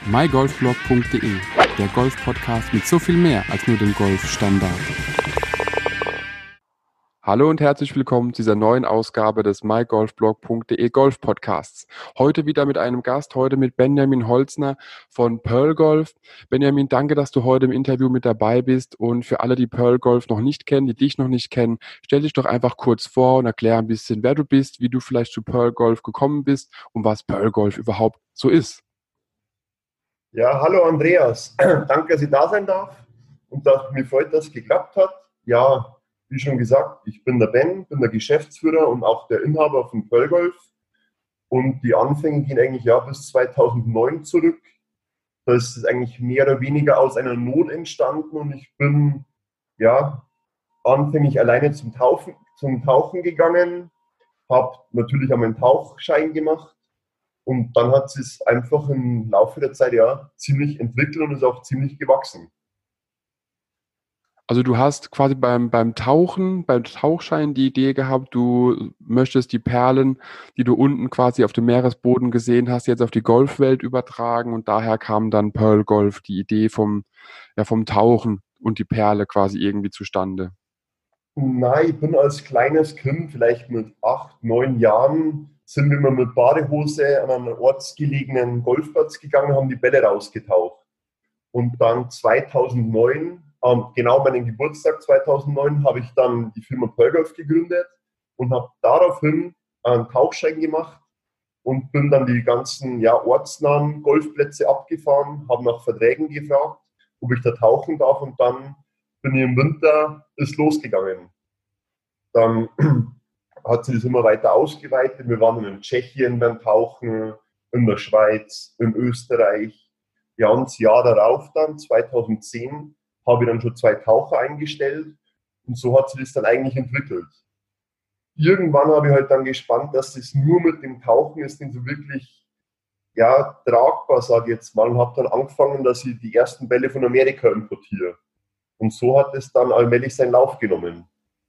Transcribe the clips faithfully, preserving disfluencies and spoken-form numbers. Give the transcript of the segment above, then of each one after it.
my golf blog punkt de, der Golf-Podcast mit so viel mehr als nur dem Golfstandard. Hallo und herzlich willkommen zu dieser neuen Ausgabe des my golf blog punkt de Golf-Podcasts. Heute wieder mit einem Gast, heute mit Benjamin Holzner von Pearl Golf. Benjamin, danke, dass du heute im Interview mit dabei bist, und für alle, die Pearl Golf noch nicht kennen, die dich noch nicht kennen, stell dich doch einfach kurz vor und erklär ein bisschen, wer du bist, wie du vielleicht zu Pearl Golf gekommen bist und was Pearl Golf überhaupt so ist. Ja, hallo Andreas, danke, dass ich da sein darf und dass mir freut, dass es geklappt hat. Ja, wie schon gesagt, ich bin der Ben, bin der Geschäftsführer und auch der Inhaber von Pearl Golf, und die Anfänge gehen eigentlich ja bis zweitausendneun zurück. Das ist eigentlich mehr oder weniger aus einer Not entstanden, und ich bin ja anfänglich alleine zum Tauchen, zum Tauchen gegangen, habe natürlich auch meinen Tauchschein gemacht. Und dann hat es einfach im Laufe der Zeit ja ziemlich entwickelt und ist auch ziemlich gewachsen. Also du hast quasi beim, beim Tauchen, beim Tauchschein die Idee gehabt, du möchtest die Perlen, die du unten quasi auf dem Meeresboden gesehen hast, jetzt auf die Golfwelt übertragen, und daher kam dann Pearl Golf, die Idee vom, ja, vom Tauchen und die Perle quasi irgendwie zustande. Nein, ich bin als kleines Kind, vielleicht mit acht, neun Jahren, sind wir mal mit Badehose an einen ortsgelegenen Golfplatz gegangen, haben die Bälle rausgetaucht. Und dann zweitausendneun, ähm, genau meinen Geburtstag zweitausendneun, habe ich dann die Firma Pearl Golf gegründet und habe daraufhin einen Tauchschein gemacht und bin dann die ganzen ja, ortsnahen Golfplätze abgefahren, habe nach Verträgen gefragt, ob ich da tauchen darf, und dann bin ich im Winter, ist losgegangen. Dann hat sich das immer weiter ausgeweitet. Wir waren in Tschechien beim Tauchen, in der Schweiz, in Österreich. Ja, und das Jahr darauf dann, zweitausendzehn, habe ich dann schon zwei Taucher eingestellt, und so hat sich das dann eigentlich entwickelt. Irgendwann habe ich halt dann gespannt, dass das nur mit dem Tauchen ist, nicht so wirklich ja, tragbar, sage ich jetzt mal, und habe dann angefangen, dass ich die ersten Bälle von Amerika importiere. Und so hat es dann allmählich seinen Lauf genommen.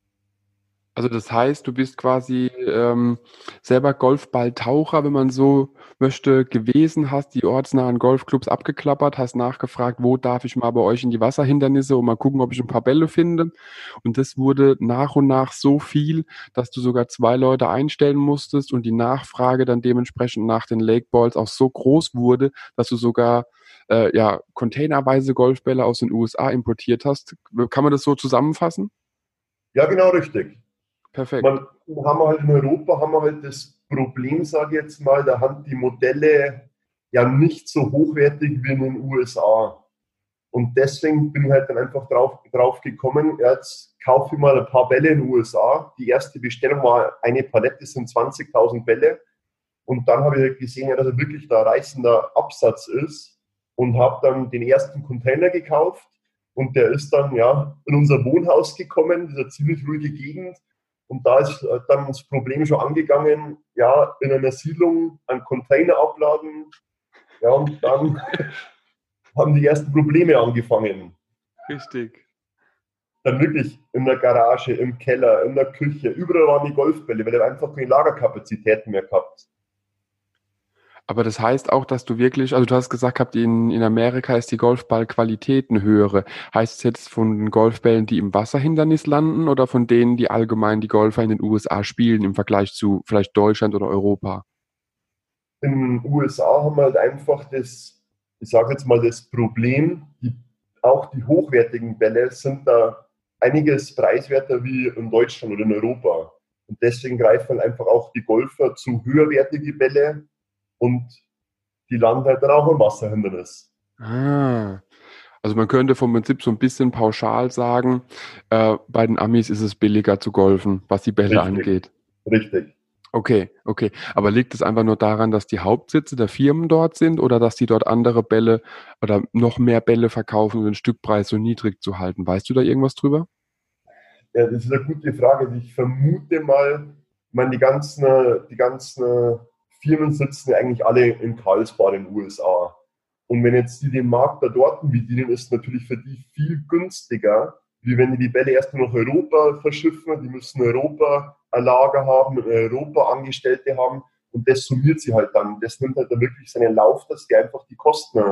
Also das heißt, du bist quasi ähm, selber Golfballtaucher, wenn man so möchte, gewesen, hast die ortsnahen Golfclubs abgeklappert, hast nachgefragt, wo darf ich mal bei euch in die Wasserhindernisse und mal gucken, ob ich ein paar Bälle finde. Und das wurde nach und nach so viel, dass du sogar zwei Leute einstellen musstest und die Nachfrage dann dementsprechend nach den Lake Balls auch so groß wurde, dass du sogar äh, ja, containerweise Golfbälle aus den U S A importiert hast. Kann man das so zusammenfassen? Ja, genau richtig. Perfekt. Man, haben wir halt in Europa haben wir halt das Problem, sage ich jetzt mal, da haben die Modelle ja nicht so hochwertig wie in den U S A. Und deswegen bin ich halt dann einfach drauf, drauf gekommen, jetzt kaufe ich mal ein paar Bälle in den U S A. Die erste Bestellung war eine Palette, das sind zwanzigtausend Bälle. Und dann habe ich gesehen, ja, dass er wirklich da reißender Absatz ist, und habe dann den ersten Container gekauft. Und der ist dann ja in unser Wohnhaus gekommen, diese ziemlich ruhige Gegend. Und da ist dann das Problem schon angegangen, ja, in einer Siedlung einen Container abladen. Ja, und dann haben die ersten Probleme angefangen. Richtig. Dann wirklich in der Garage, im Keller, in der Küche, überall waren die Golfbälle, weil er einfach keine Lagerkapazitäten mehr gehabt. Aber das heißt auch, dass du wirklich, also du hast gesagt gehabt, in, in Amerika ist die Golfballqualität eine höhere. Heißt es jetzt von den Golfbällen, die im Wasserhindernis landen, oder von denen, die allgemein die Golfer in den U S A spielen im Vergleich zu vielleicht Deutschland oder Europa? In den U S A haben wir halt einfach das, ich sage jetzt mal, das Problem, die, auch die hochwertigen Bälle sind da einiges preiswerter wie in Deutschland oder in Europa. Und deswegen greifen halt einfach auch die Golfer zu höherwertige Bälle, und die landen halt dann auch im Wasserhindernis. Ah, also man könnte vom Prinzip so ein bisschen pauschal sagen, äh, bei den Amis ist es billiger zu golfen, was die Bälle Richtig, angeht. richtig. Okay, okay. Aber liegt es einfach nur daran, dass die Hauptsitze der Firmen dort sind, oder dass die dort andere Bälle oder noch mehr Bälle verkaufen, um den Stückpreis so niedrig zu halten? Weißt du da irgendwas drüber? Ja, das ist eine gute Frage. Ich vermute mal, ich meine, die ganzen, die ganzen Firmen sitzen ja eigentlich alle in Karlsbad in den U S A. Und wenn jetzt die den Markt da dort bedienen, ist natürlich für die viel günstiger, wie wenn die die Bälle erst nach Europa verschiffen. Die müssen in Europa ein Lager haben, in Europa Angestellte haben, und das summiert sie halt dann. Das nimmt halt dann wirklich seinen Lauf, dass die einfach die Kosten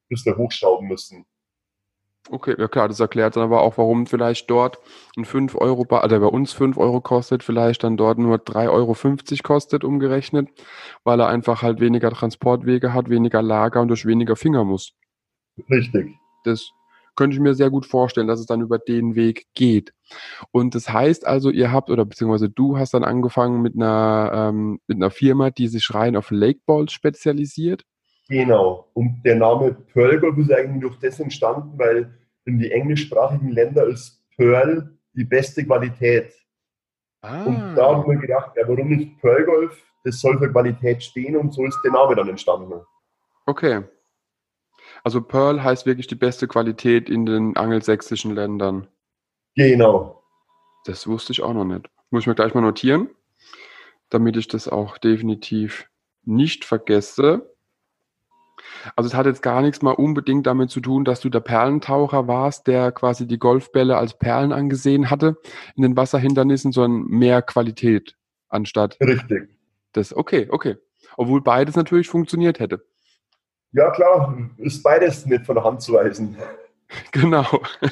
bis wir hochschrauben müssen. Okay, ja klar, das erklärt dann aber auch, warum vielleicht dort ein fünf Euro Ball, also bei uns fünf Euro kostet, vielleicht dann dort nur drei Euro fünfzig kostet umgerechnet, weil er einfach halt weniger Transportwege hat, weniger Lager und durch weniger Finger muss. Richtig. Das könnte ich mir sehr gut vorstellen, dass es dann über den Weg geht. Und das heißt also, ihr habt oder beziehungsweise du hast dann angefangen mit einer, ähm, mit einer Firma, die sich rein auf Lake Balls spezialisiert. Genau. Und der Name Pearl Golf ist eigentlich durch das entstanden, weil in die englischsprachigen Länder ist Pearl die beste Qualität. Und da Ah, haben wir gedacht, ja, warum nicht Pearl Golf? Das soll für Qualität stehen und so ist der Name dann entstanden. okay. Also Pearl heißt wirklich die beste Qualität in den angelsächsischen Ländern. Genau. Das wusste ich auch noch nicht. Muss ich mir gleich mal notieren, damit ich das auch definitiv nicht vergesse. Also es hat jetzt gar nichts mal unbedingt damit zu tun, dass du der Perlentaucher warst, der quasi die Golfbälle als Perlen angesehen hatte in den Wasserhindernissen, sondern mehr Qualität anstatt Richtig. das. Okay, okay. Obwohl beides natürlich funktioniert hätte. Ja, klar, ist beides nicht von der Hand zu weisen. Genau.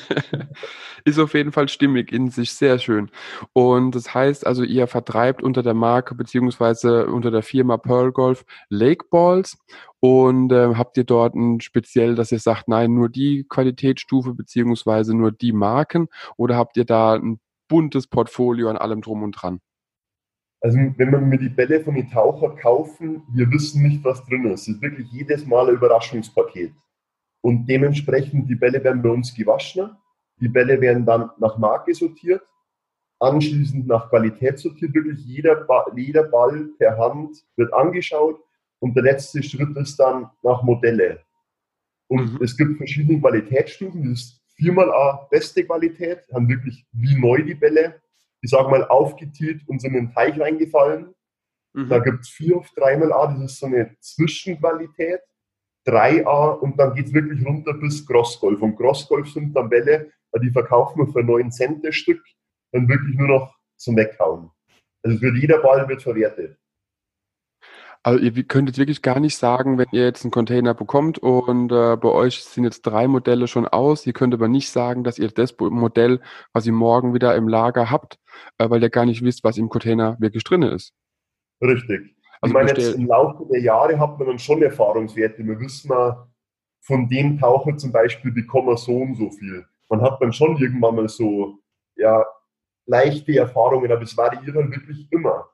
Ist auf jeden Fall stimmig in sich, sehr schön. Und das heißt also, ihr vertreibt unter der Marke beziehungsweise unter der Firma Pearl Golf Lake Balls und äh, habt ihr dort ein speziell, dass ihr sagt, nein, nur die Qualitätsstufe beziehungsweise nur die Marken oder habt ihr da ein buntes Portfolio an allem drum und dran? Also wenn wir mir die Bälle von den Taucher kaufen, wir wissen nicht, was drin ist. Es ist wirklich jedes Mal ein Überraschungspaket. Und dementsprechend, die Bälle werden bei uns gewaschen. Die Bälle werden dann nach Marke sortiert, anschließend nach Qualität sortiert. Wirklich jeder, ba jeder Ball per Hand wird angeschaut und der letzte Schritt ist dann nach Modelle. Und Mhm. es gibt verschiedene Qualitätsstufen. Das ist viermal A beste Qualität, haben wirklich wie neu die Bälle, ich sage mal, aufgetilt und sind in den Teich reingefallen. Da Mhm. gibt es vier auf dreimal A, das ist so eine Zwischenqualität. drei A und dann geht es wirklich runter bis Crossgolf. Und Crossgolf sind dann Bälle, die verkaufen wir für neun Cent das Stück, dann wirklich nur noch zum Weghauen. Also für jeder Ball wird verwertet. Also ihr könnt jetzt wirklich gar nicht sagen, wenn ihr jetzt einen Container bekommt und äh, bei euch sind jetzt drei Modelle schon aus, ihr könnt aber nicht sagen, dass ihr das Bo- Modell quasi morgen wieder im Lager habt, äh, weil ihr gar nicht wisst, was im Container wirklich drin ist. Richtig. Ich Also meine, jetzt bestell. im Laufe der Jahre hat man dann schon Erfahrungswerte. Wir wissen mal, von dem Taucher zum Beispiel bekommen wir so und so viel. Man hat dann schon irgendwann mal so, ja, leichte Erfahrungen, aber es variiert dann wirklich immer.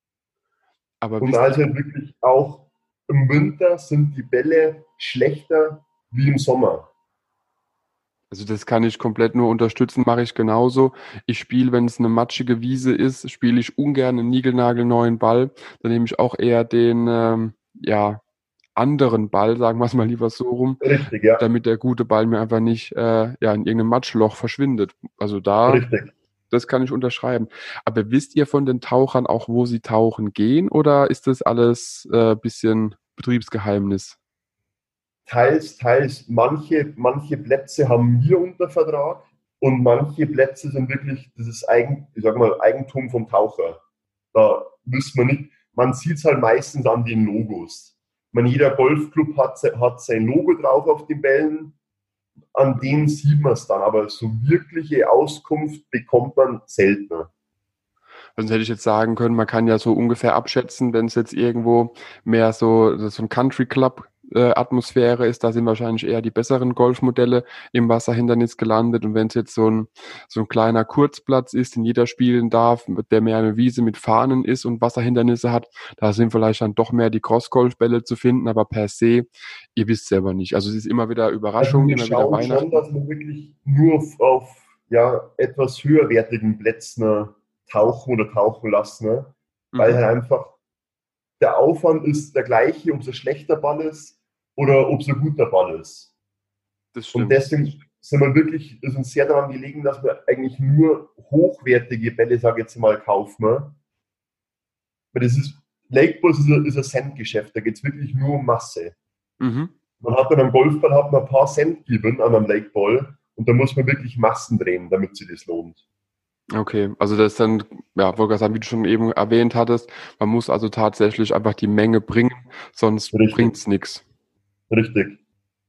Aber Und wisst ihr, also wirklich auch im Winter sind die Bälle schlechter wie im Sommer. also das kann ich komplett nur unterstützen, mache ich genauso. Ich spiele, wenn es eine matschige Wiese ist, spiele ich ungern einen niegelnagelneuen Ball. Dann nehme ich auch eher den, ähm, ja, anderen Ball, sagen wir es mal lieber so rum, Richtig, ja. damit der gute Ball mir einfach nicht äh, ja, in irgendeinem Matschloch verschwindet. Also da, Richtig. das kann ich unterschreiben. Aber wisst ihr von den Tauchern auch, wo sie tauchen gehen oder ist das alles äh, bisschen Betriebsgeheimnis? Teils, teils. Manche, manche Plätze haben wir unter Vertrag und manche Plätze sind wirklich, das ist Eigen, ich sag mal, Eigentum vom Taucher. Da wissen wir nicht. Man sieht es halt meistens an den Logos. Man, jeder Golfclub hat, se- hat sein Logo drauf auf den Bällen, an denen sieht man es dann, aber so wirkliche Auskunft bekommt man seltener. Sonst hätte ich jetzt sagen können, man kann ja so ungefähr abschätzen, wenn es jetzt irgendwo mehr so, so ein Country Club äh, Atmosphäre ist, da sind wahrscheinlich eher die besseren Golfmodelle im Wasserhindernis gelandet. Und wenn es jetzt so ein, so ein kleiner Kurzplatz ist, den jeder spielen darf, der mehr eine Wiese mit Fahnen ist und Wasserhindernisse hat, da sind vielleicht dann doch mehr die Cross-Golfbälle zu finden, aber per se, ihr wisst selber nicht. Also es ist immer wieder Also Überraschung, wir immer wieder schauen schon, Weihnachten. dass wir wirklich nur auf, auf ja, etwas höherwertigen Plätzen äh, tauchen oder tauchen lassen, ne? Weil Mhm, halt einfach der Aufwand ist der gleiche, ob es ein schlechter Ball ist oder ob es ein guter Ball ist. das Und stimmt. deswegen sind wir wirklich, ist uns sehr daran gelegen, dass wir eigentlich nur hochwertige Bälle, sage ich jetzt mal, kaufen. Ne? Weil das ist, Lakeball ist ein, ist ein Centgeschäft, da geht es wirklich nur um Masse. Mhm. Man hat dann am Golfball hat man ein paar Cent gegeben an einem Lakeball und da muss man wirklich Massen drehen, damit sich das lohnt. Okay, also das ist dann, ja, wollte gerade sagen, wie du schon eben erwähnt hattest, man muss also tatsächlich einfach die Menge bringen, sonst Richtig, bringt's nichts. richtig.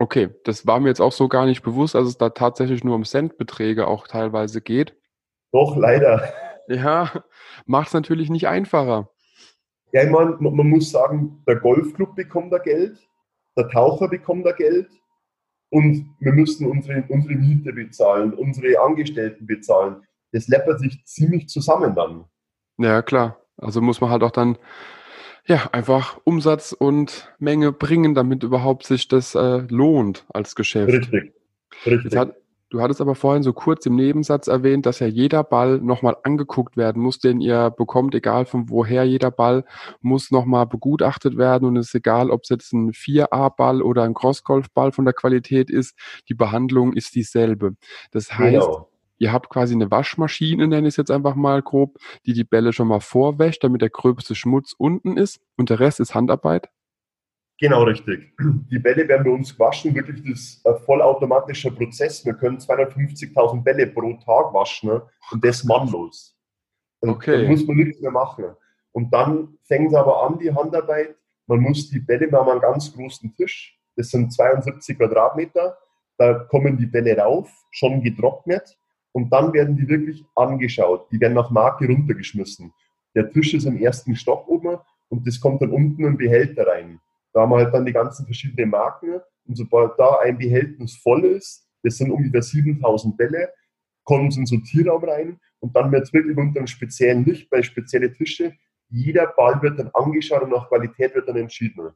Okay, das war mir jetzt auch so gar nicht bewusst, dass es da tatsächlich nur um Centbeträge auch teilweise geht. Doch, leider. Ja, macht es natürlich nicht einfacher. Ja, ich meine, man, man muss sagen, der Golfclub bekommt da Geld, der Taucher bekommt da Geld und wir müssen unsere, unsere Miete bezahlen, unsere Angestellten bezahlen. Das läppert sich ziemlich zusammen dann. Ja, klar. Also muss man halt auch dann ja einfach Umsatz und Menge bringen, damit überhaupt sich das äh, lohnt als Geschäft. Richtig, Jetzt richtig. hat, du hattest aber vorhin so kurz im Nebensatz erwähnt, dass ja jeder Ball nochmal angeguckt werden muss, den ihr bekommt, egal von woher jeder Ball, muss nochmal begutachtet werden und es ist egal, ob es jetzt ein vier A-Ball oder ein Crossgolfball von der Qualität ist, die Behandlung ist dieselbe. Das heißt, Genau. ihr habt quasi eine Waschmaschine, nenne ich es jetzt einfach mal grob, die die Bälle schon mal vorwäscht, damit der gröbste Schmutz unten ist und der Rest ist Handarbeit. Genau richtig. Die Bälle werden bei uns gewaschen, wirklich das ist ein vollautomatischer Prozess. Wir können zweihundertfünfzigtausend Bälle pro Tag waschen, ne? Und das mannlos. Also, da Okay. muss man nichts mehr machen. Und dann fängt es aber an, die Handarbeit. Man muss die Bälle, wir haben einen ganz großen Tisch, das sind zweiundsiebzig Quadratmeter, da kommen die Bälle rauf, schon getrocknet und dann werden die wirklich angeschaut. Die werden nach Marke runtergeschmissen. Der Tisch ist im ersten Stock oben und das kommt dann unten in den Behälter rein. Da haben wir halt dann die ganzen verschiedenen Marken und sobald da ein Behältnis voll ist, das sind ungefähr siebentausend Bälle, kommen sie in den Sortierraum rein und dann wird wirklich unter einem speziellen Licht bei speziellen Tische, jeder Ball wird dann angeschaut und nach Qualität wird dann entschieden.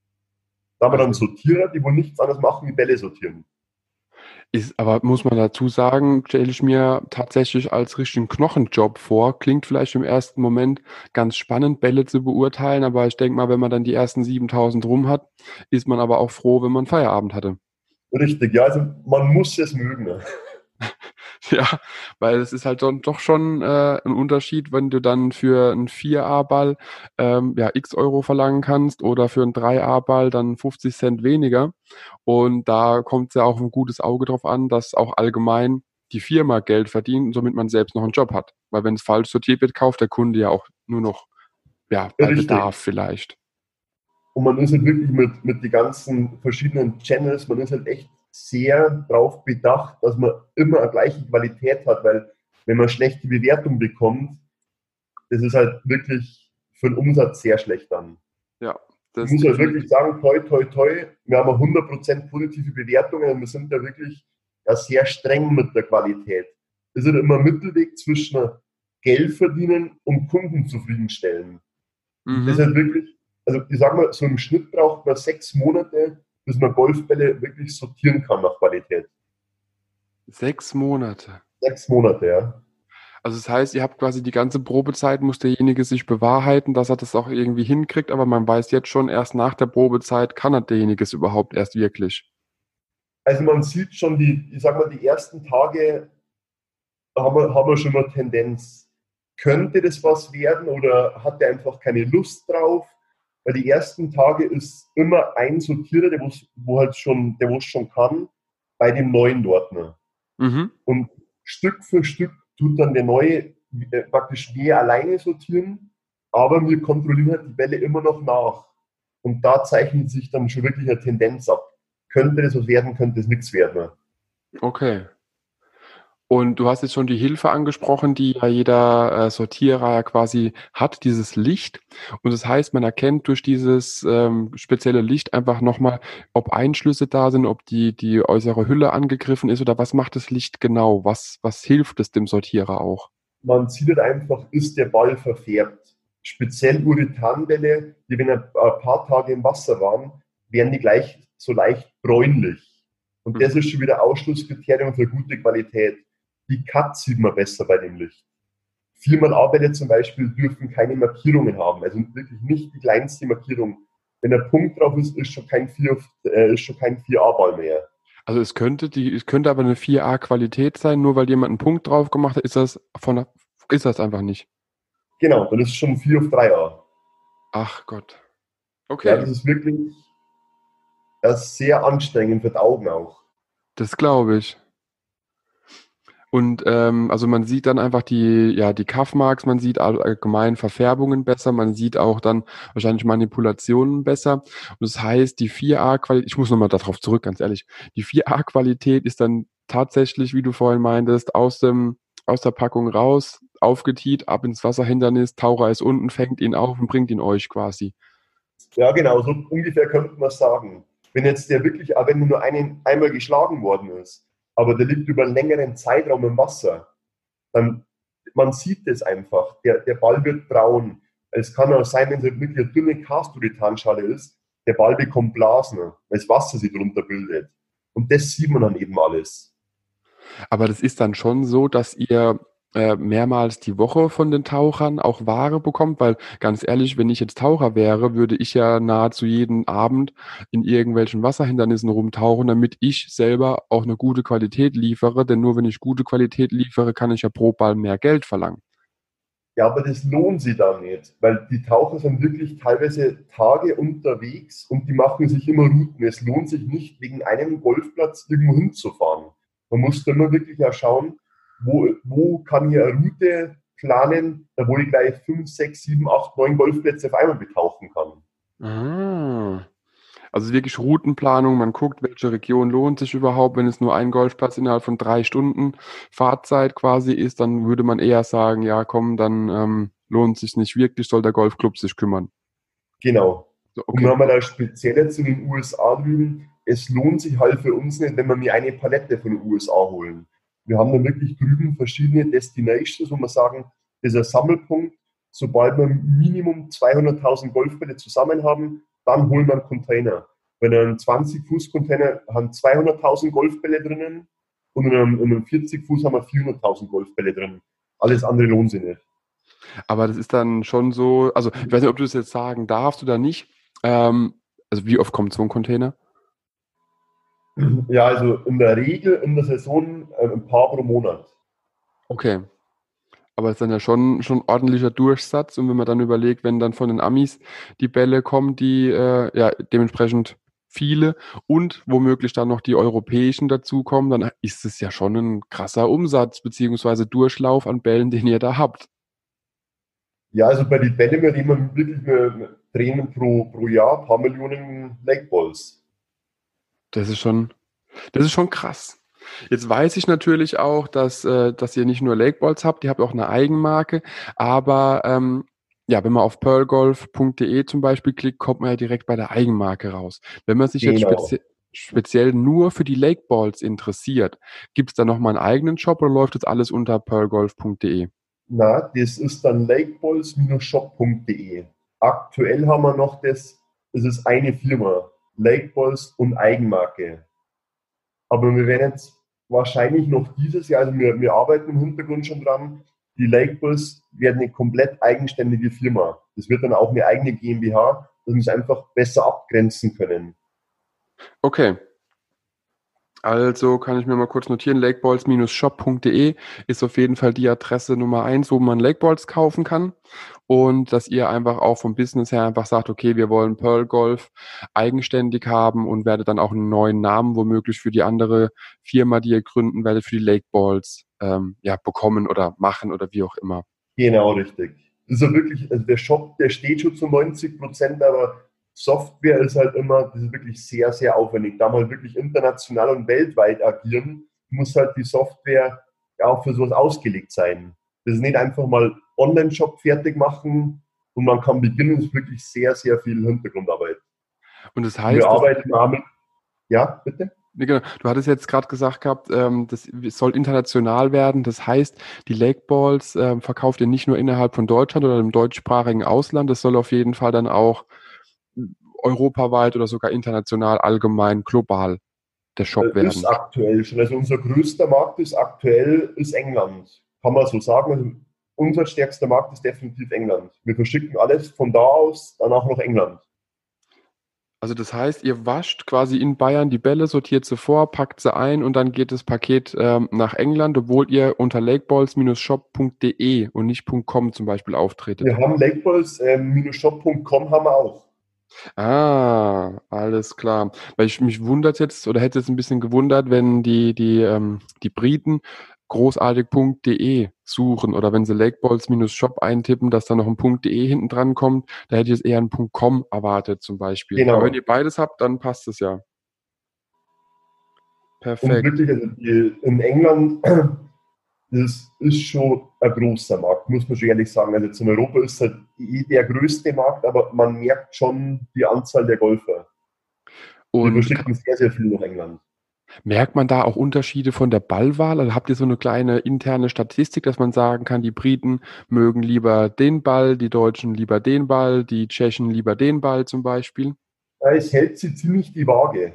Da haben wir dann Also Sortierer, die wohl nichts anderes machen wie Bälle sortieren. ist, aber muss man dazu sagen, stelle ich mir tatsächlich als richtigen Knochenjob vor. Klingt vielleicht im ersten Moment ganz spannend, Bälle zu beurteilen, aber ich denke mal, wenn man dann die ersten siebentausend rum hat, ist man aber auch froh, wenn man Feierabend hatte. Richtig, ja, also man muss es mögen. Ne? Ja, weil es ist halt dann doch schon äh, ein Unterschied, wenn du dann für einen vier A-Ball ähm, ja, x Euro verlangen kannst oder für einen drei A-Ball dann fünfzig Cent weniger. Und da kommt es ja auch ein gutes Auge drauf an, dass auch allgemein die Firma Geld verdient und somit man selbst noch einen Job hat. Weil wenn es falsch sortiert wird, kauft der Kunde ja auch nur noch ja, bei Richtig. Bedarf vielleicht. Und man ist halt wirklich mit, mit den ganzen verschiedenen Channels, man ist halt echt sehr darauf bedacht, dass man immer eine gleiche Qualität hat, weil wenn man schlechte Bewertung bekommt, das ist halt wirklich für den Umsatz sehr schlecht dann. Ja, Ich das muss halt wirklich definitiv. sagen, toi, toi, toi, wir haben hundert Prozent positive Bewertungen und wir sind da wirklich ja, sehr streng mit der Qualität. Wir sind immer Mittelweg zwischen Geld verdienen und Kunden zufriedenstellen. Und das Mhm. ist halt wirklich, also ich sag mal, so im Schnitt braucht man sechs Monate, bis man Golfbälle wirklich sortieren kann nach Qualität. Sechs Monate. Sechs Monate, ja. Also das heißt, ihr habt quasi die ganze Probezeit, muss derjenige sich bewahrheiten, dass er das auch irgendwie hinkriegt, aber man weiß jetzt schon, erst nach der Probezeit kann er derjenige es überhaupt erst wirklich. Also man sieht schon die, ich sag mal, die ersten Tage haben wir, haben wir schon mal Tendenz. Könnte das was werden oder hat er einfach keine Lust drauf? Weil die ersten Tage ist immer ein Sortierer, der wo's- wo halt schon, der wo es schon kann, bei dem neuen dort. Ne? Mhm. Und Stück für Stück tut dann der neue äh, praktisch mehr alleine sortieren, aber wir kontrollieren halt die Bälle immer noch nach. Und da zeichnet sich dann schon wirklich eine Tendenz ab. Könnte das was werden, könnte es nichts werden. Okay. Und du hast jetzt schon die Hilfe angesprochen, die ja jeder äh, Sortierer ja quasi hat, dieses Licht. Und das heißt, man erkennt durch dieses ähm, spezielle Licht einfach nochmal, ob Einschlüsse da sind, ob die, die äußere Hülle angegriffen ist oder was macht das Licht genau? Was, was hilft es dem Sortierer auch? Man sieht halt einfach, ist der Ball verfärbt. Speziell Urethanbälle, die wenn ein paar Tage im Wasser waren, werden die gleich so leicht bräunlich. Und das Mhm. ist schon wieder Ausschlusskriterium für gute Qualität. Die Cut sieht man besser bei dem Licht. Viermal A-Bälle zum Beispiel dürfen keine Markierungen haben, also wirklich nicht die kleinste Markierung. Wenn der Punkt drauf ist, ist schon kein vier, äh, ist schon kein vier A-Ball mehr. Also es könnte die, es könnte aber eine vier A Qualität sein, nur weil jemand einen Punkt drauf gemacht hat, ist das von der, ist das einfach nicht. Genau, dann ist es schon vier auf drei A. Ach Gott. Ja, Okay, das ist wirklich äh, sehr anstrengend für die Augen auch. das glaube ich. Und ähm, also man sieht dann einfach die, ja, die Cuff-Marks, man sieht all- allgemein Verfärbungen besser, man sieht auch dann wahrscheinlich Manipulationen besser. Und das heißt, die vier A-Qualität, ich muss nochmal darauf zurück, ganz ehrlich, die vier A-Qualität ist dann tatsächlich, wie du vorhin meintest, aus dem, aus der Packung raus, aufgetiet, ab ins Wasserhindernis, Taucher ist unten, fängt ihn auf und bringt ihn euch quasi. Ja, genau, so ungefähr könnte man sagen. Wenn jetzt der wirklich, auch wenn nur einen, einmal geschlagen worden ist, aber der liegt über einen längeren Zeitraum im Wasser, dann man sieht das einfach. Der, der Ball wird braun. Es kann auch sein, wenn es wirklich eine dünne Casturitanschale ist, der Ball bekommt Blasen, weil das Wasser sich drunter bildet. Und das sieht man dann eben alles. Aber das ist dann schon so, dass ihr äh, mehrmals die Woche von den Tauchern auch Ware bekommt, weil ganz ehrlich, wenn ich jetzt Taucher wäre, würde ich ja nahezu jeden Abend in irgendwelchen Wasserhindernissen rumtauchen, damit ich selber auch eine gute Qualität liefere, denn nur wenn ich gute Qualität liefere, kann ich ja pro Ball mehr Geld verlangen. Ja, aber das lohnt sich da nicht, weil die Taucher sind wirklich teilweise Tage unterwegs und die machen sich immer Routen. Es lohnt sich nicht, wegen einem Golfplatz irgendwo hinzufahren. Man muss da immer wirklich auch schauen, wo, wo kann ich eine Route planen, da wo ich gleich fünf, sechs, sieben, acht, neun Golfplätze auf einmal betauchen kann. Ah. Also wirklich Routenplanung, man guckt, welche Region lohnt sich überhaupt. Wenn es nur ein Golfplatz innerhalb von drei Stunden Fahrzeit quasi ist, dann würde man eher sagen, ja komm, dann ähm, lohnt sich nicht wirklich, soll der Golfclub sich kümmern. Genau. So, Und okay. nochmal da speziell jetzt in den U S A drüben, es lohnt sich halt für uns nicht, wenn wir mir eine Palette von den U S A holen. Wir haben da wirklich drüben verschiedene Destinations, wo wir sagen, das ist ein Sammelpunkt. Sobald wir Minimum zweihunderttausend Golfbälle zusammen haben, dann holen wir einen Container. Wenn ein zwanzig Fuß Container haben zweihunderttausend Golfbälle drinnen und in einem, in einem vierzig Fuß haben wir vierhunderttausend Golfbälle drin. Alles andere lohnt sich nicht. Aber das ist dann schon so, also ich weiß nicht, ob du das jetzt sagen darfst oder nicht. Ähm, also wie oft kommt so ein Container? Ja, also in der Regel in der Saison äh, ein paar pro Monat. Okay. Aber es ist dann ja schon, schon ordentlicher Durchsatz. Und wenn man dann überlegt, wenn dann von den Amis die Bälle kommen, die äh, ja dementsprechend viele und womöglich dann noch die europäischen dazukommen, dann ist es ja schon ein krasser Umsatz beziehungsweise Durchlauf an Bällen, den ihr da habt. Ja, also bei den Bällen, wir reden wirklich wir drehen pro, pro Jahr ein paar Millionen Lakeballs. Das ist schon, das ist schon krass. Jetzt weiß ich natürlich auch, dass, äh, dass ihr nicht nur Lakeballs habt, ihr habt auch eine Eigenmarke, aber ähm, ja, wenn man auf pearlgolf punkt de zum Beispiel klickt, kommt man ja direkt bei der Eigenmarke raus. Wenn man sich jetzt Genau. spezi speziell nur für die Lakeballs interessiert, gibt es da nochmal einen eigenen Shop oder läuft das alles unter pearlgolf punkt de? Na, das ist dann lakeballs-shop punkt de. Aktuell haben wir noch das, das ist eine Firma, Lakeballs und Eigenmarke. Aber wir werden jetzt wahrscheinlich noch dieses Jahr, also wir, wir arbeiten im Hintergrund schon dran, die Lakeballs werden eine komplett eigenständige Firma. Das wird dann auch eine eigene GmbH, dass wir es einfach besser abgrenzen können. Okay. Also kann ich mir mal kurz notieren, lakeballs-shop punkt de ist auf jeden Fall die Adresse Nummer eins, wo man Lakeballs kaufen kann. Und dass ihr einfach auch vom Business her einfach sagt, okay, wir wollen Pearl Golf eigenständig haben und werdet dann auch einen neuen Namen womöglich für die andere Firma, die ihr gründen werdet, für die Lakeballs ähm, ja, bekommen oder machen oder wie auch immer. Genau, richtig. Das ist ja wirklich, also der Shop, der steht schon zu neunzig Prozent, aber Software ist halt immer, das ist wirklich sehr, sehr aufwendig. Da wir halt wirklich international und weltweit agieren, muss halt die Software ja auch für sowas ausgelegt sein. Das ist nicht einfach mal Online-Shop fertig machen und man kann beginnen, es ist wirklich sehr, sehr viel Hintergrundarbeit. Und das Und wir heißt, dass arbeiten auch mit, ja, bitte? nee, genau. Du hattest jetzt gerade gesagt gehabt, ähm, das soll international werden. Das heißt, die Lakeballs ähm, verkauft ihr nicht nur innerhalb von Deutschland oder im deutschsprachigen Ausland. Das soll auf jeden Fall dann auch europaweit oder sogar international, allgemein, global der Shop Äh, Ist werden. aktuell schon. Also unser größter Markt ist aktuell ist England. Kann man so sagen. Also unser stärkster Markt ist definitiv England. Wir verschicken alles von da aus dann auch nach England. Also das heißt, ihr wascht quasi in Bayern die Bälle, sortiert sie vor, packt sie ein und dann geht das Paket ähm, nach England, obwohl ihr unter lakeballs-shop punkt de und nicht .com zum Beispiel auftretet. Wir haben lakeballs-shop punkt com haben wir auch. Ah, alles klar. Weil ich mich wundert jetzt oder hätte jetzt ein bisschen gewundert, wenn die, die, ähm, die Briten großartig punkt de suchen oder wenn sie Lakeballs-Shop eintippen, dass da noch ein .de hinten dran kommt, da hätte ich jetzt eher ein .com erwartet zum Beispiel. Aber wenn ihr Genau. beides habt, dann passt es ja. Und Perfekt. wirklich, also die, in England, das ist schon ein großer Markt, muss man schon ehrlich sagen. Also jetzt in Europa ist halt eh der größte Markt, aber man merkt schon die Anzahl der Golfer. Wir Und verschicken sehr, sehr viel nach England. merkt man da auch Unterschiede von der Ballwahl? Also habt ihr so eine kleine interne Statistik, dass man sagen kann, die Briten mögen lieber den Ball, die Deutschen lieber den Ball, die Tschechen lieber den Ball zum Beispiel? Es hält sich ziemlich die Waage.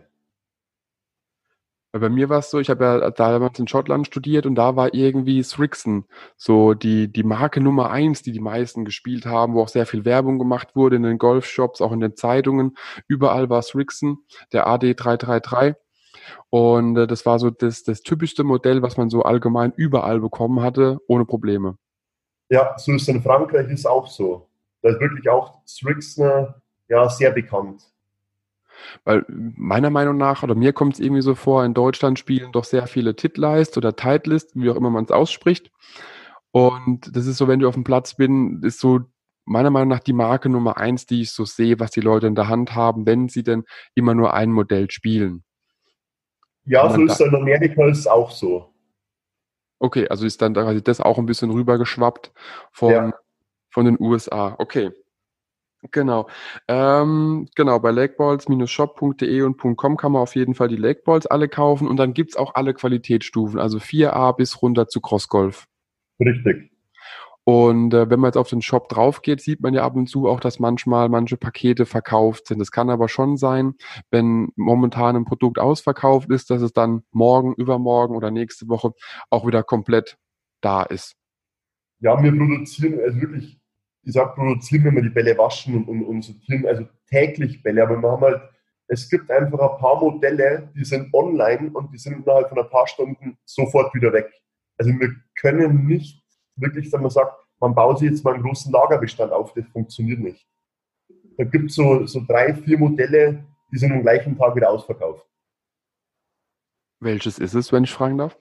Weil bei mir war es so, ich habe ja damals in Schottland studiert und da war irgendwie Srixon so die, die Marke Nummer eins, die die meisten gespielt haben, wo auch sehr viel Werbung gemacht wurde in den Golfshops, auch in den Zeitungen. Überall war Srixon, der A D drei drei drei. Und äh, das war so das, das typischste Modell, was man so allgemein überall bekommen hatte, ohne Probleme. Ja, so ist es in Frankreich ist auch so. Da ist wirklich auch Strixner ja sehr bekannt. Weil meiner Meinung nach, oder mir kommt es irgendwie so vor, in Deutschland spielen doch sehr viele Titleist oder Titleist, wie auch immer man es ausspricht. Und das ist so, wenn du auf dem Platz bin, ist so meiner Meinung nach die Marke Nummer eins, die ich so sehe, was die Leute in der Hand haben, wenn sie denn immer nur ein Modell spielen. Kann Ja, so man ist da, es in Amerika ist es auch so. okay, also ist dann da quasi das auch ein bisschen rübergeschwappt von, Ja, von den U S A. Okay. Genau. Ähm, genau, bei lakeballs-shop punkt de und .com kann man auf jeden Fall die Lakeballs alle kaufen und dann gibt's auch alle Qualitätsstufen, also vier A bis runter zu Crossgolf. richtig. Und äh, wenn man jetzt auf den Shop drauf geht, sieht man ja ab und zu auch, dass manchmal manche Pakete verkauft sind. Es kann aber schon sein, wenn momentan ein Produkt ausverkauft ist, dass es dann morgen, übermorgen oder nächste Woche auch wieder komplett da ist. Ja, wir produzieren, also wirklich, ich sag produzieren, wenn wir die Bälle waschen und, und, und sortieren, also täglich Bälle, aber wir haben halt, es gibt einfach ein paar Modelle, die sind online und die sind innerhalb von ein paar Stunden sofort wieder weg. Also wir können nicht wirklich, wenn man sagt, man baut sich jetzt mal einen großen Lagerbestand auf, das funktioniert nicht. Da gibt es so, so drei, vier Modelle, die sind am gleichen Tag wieder ausverkauft. Welches ist es, wenn ich fragen darf?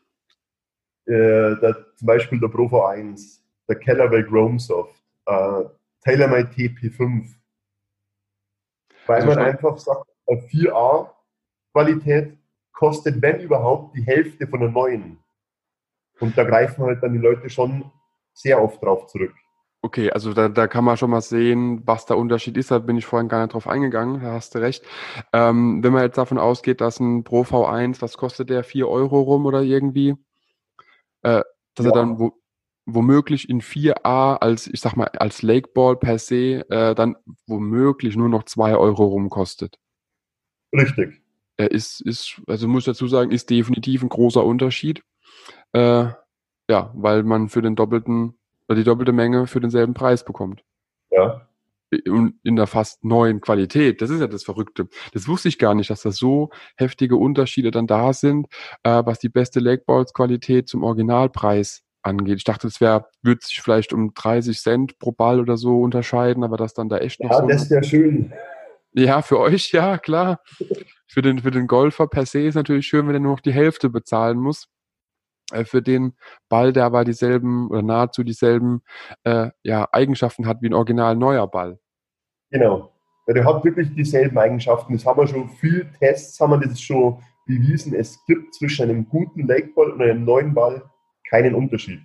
Äh, der, zum Beispiel der Pro V eins, der Callaway Chrome Soft, äh, TaylorMade T P fünf, weil Also man schon. einfach sagt, eine vier A Qualität kostet, wenn überhaupt, die Hälfte von der neuen. Und da greifen halt dann die Leute schon sehr oft drauf zurück. Okay, also da, da kann man schon mal sehen, was der Unterschied ist. Da bin ich vorhin gar nicht drauf eingegangen, da hast du recht. Ähm, wenn man jetzt davon ausgeht, dass ein Pro V eins, was kostet der, vier Euro rum oder irgendwie, äh, dass er dann Ja, wo, womöglich in vier A als, ich sag mal, als Lakeball per se, äh, dann womöglich nur noch zwei Euro rum kostet. richtig. Er ist, ist, also muss ich dazu sagen, ist definitiv ein großer Unterschied. Äh, ja, weil man für den doppelten, oder die doppelte Menge für denselben Preis bekommt. Ja. In, in der fast neuen Qualität. Das ist ja das Verrückte. Das wusste ich gar nicht, dass da so heftige Unterschiede dann da sind, äh, was die beste Lakeballs-Qualität zum Originalpreis angeht. Ich dachte, es wäre, würde sich vielleicht um dreißig Cent pro Ball oder so unterscheiden, aber dass dann da echt noch Ja, so das eine. wäre schön. Ja, für euch, ja, klar. Für den, für den Golfer per se ist natürlich schön, wenn er nur noch die Hälfte bezahlen muss. Äh, für den Ball, der aber dieselben oder nahezu dieselben äh, ja, Eigenschaften hat wie ein original neuer Ball. Genau. Weil der hat wirklich dieselben Eigenschaften. Das haben wir schon, viel Tests haben wir das schon bewiesen. Es gibt zwischen einem guten Lakeball und einem neuen Ball keinen Unterschied.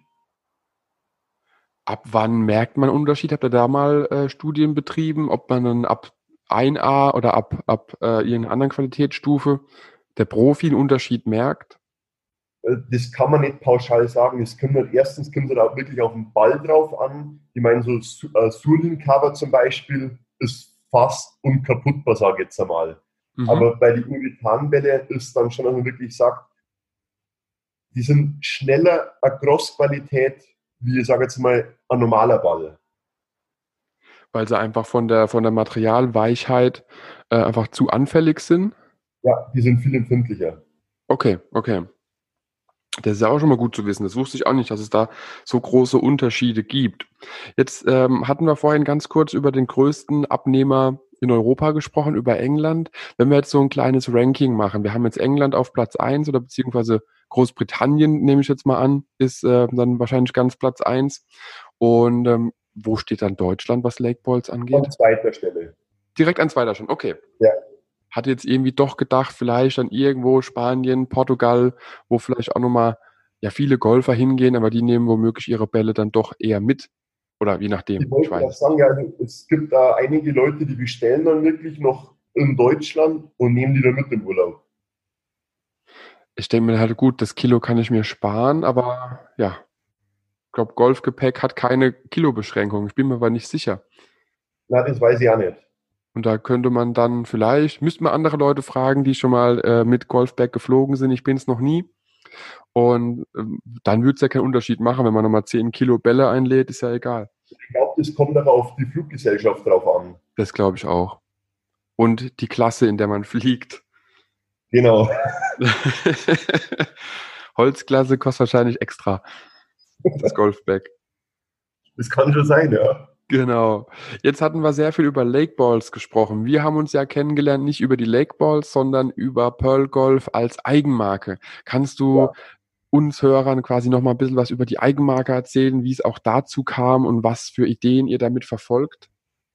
Ab wann merkt man Unterschied? Habt ihr da mal äh, Studien betrieben, ob man dann ab ein A oder ab, ab äh, irgendeiner anderen Qualitätsstufe der Profi einen Unterschied merkt? Äh, Das kann man nicht pauschal sagen. Es kommt halt, erstens kommt es halt auch wirklich auf den Ball drauf an. Ich meine, so Su- äh, Surlin-Cover zum Beispiel ist fast unkaputtbar, sage ich jetzt einmal. Mhm. Aber bei den Uritanbälle ist dann schon, dass man wirklich sagt, die sind schneller eine Cross-Qualität, wie ich sage jetzt mal, ein normaler Ball. Weil sie einfach von der, von der Materialweichheit äh, einfach zu anfällig sind? Ja, die sind viel empfindlicher. Okay, okay. Das ist ja auch schon mal gut zu wissen. Das wusste ich auch nicht, dass es da so große Unterschiede gibt. Jetzt ähm, hatten wir vorhin ganz kurz über den größten Abnehmer in Europa gesprochen, über England. Wenn wir jetzt so ein kleines Ranking machen, wir haben jetzt England auf Platz eins oder beziehungsweise Großbritannien, nehme ich jetzt mal an, ist äh, dann wahrscheinlich ganz Platz eins. Und ähm, wo steht dann Deutschland, was Lake Balls An angeht? zweiter Stelle. Direkt an zweiter schon, okay. Ja. Hatte jetzt irgendwie doch gedacht, vielleicht dann irgendwo Spanien, Portugal, wo vielleicht auch nochmal ja, viele Golfer hingehen, aber die nehmen womöglich ihre Bälle dann doch eher mit. Oder je Ich nachdem, ich wollte weiß gerade es nicht. sagen, ja, also es gibt da einige Leute, die bestellen dann wirklich noch in Deutschland und nehmen die dann mit im Urlaub. Ich denke mir halt, gut, das Kilo kann ich mir sparen, aber ja, ich glaube, Golfgepäck hat keine Kilobeschränkung. Ich bin mir aber nicht sicher. Na, das weiß ich auch nicht. Und da könnte man dann vielleicht, müsste man andere Leute fragen, die schon mal äh, mit Golfbag geflogen sind. Ich bin es noch nie. Und ähm, dann würde es ja keinen Unterschied machen, wenn man nochmal zehn Kilo Bälle einlädt, ist ja egal. Ich glaube, das kommt aber auf die Fluggesellschaft drauf an. Das glaube ich auch. Und die Klasse, in der man fliegt. Genau. Holzklasse kostet wahrscheinlich extra, das Golfbag. Das kann schon sein, ja. Genau. Jetzt hatten wir sehr viel über Lake Balls gesprochen. Wir haben uns ja kennengelernt, nicht über die Lake Balls, sondern über Pearl Golf als Eigenmarke. Kannst du Ja, uns Hörern quasi noch mal ein bisschen was über die Eigenmarke erzählen, wie es auch dazu kam und was für Ideen ihr damit verfolgt?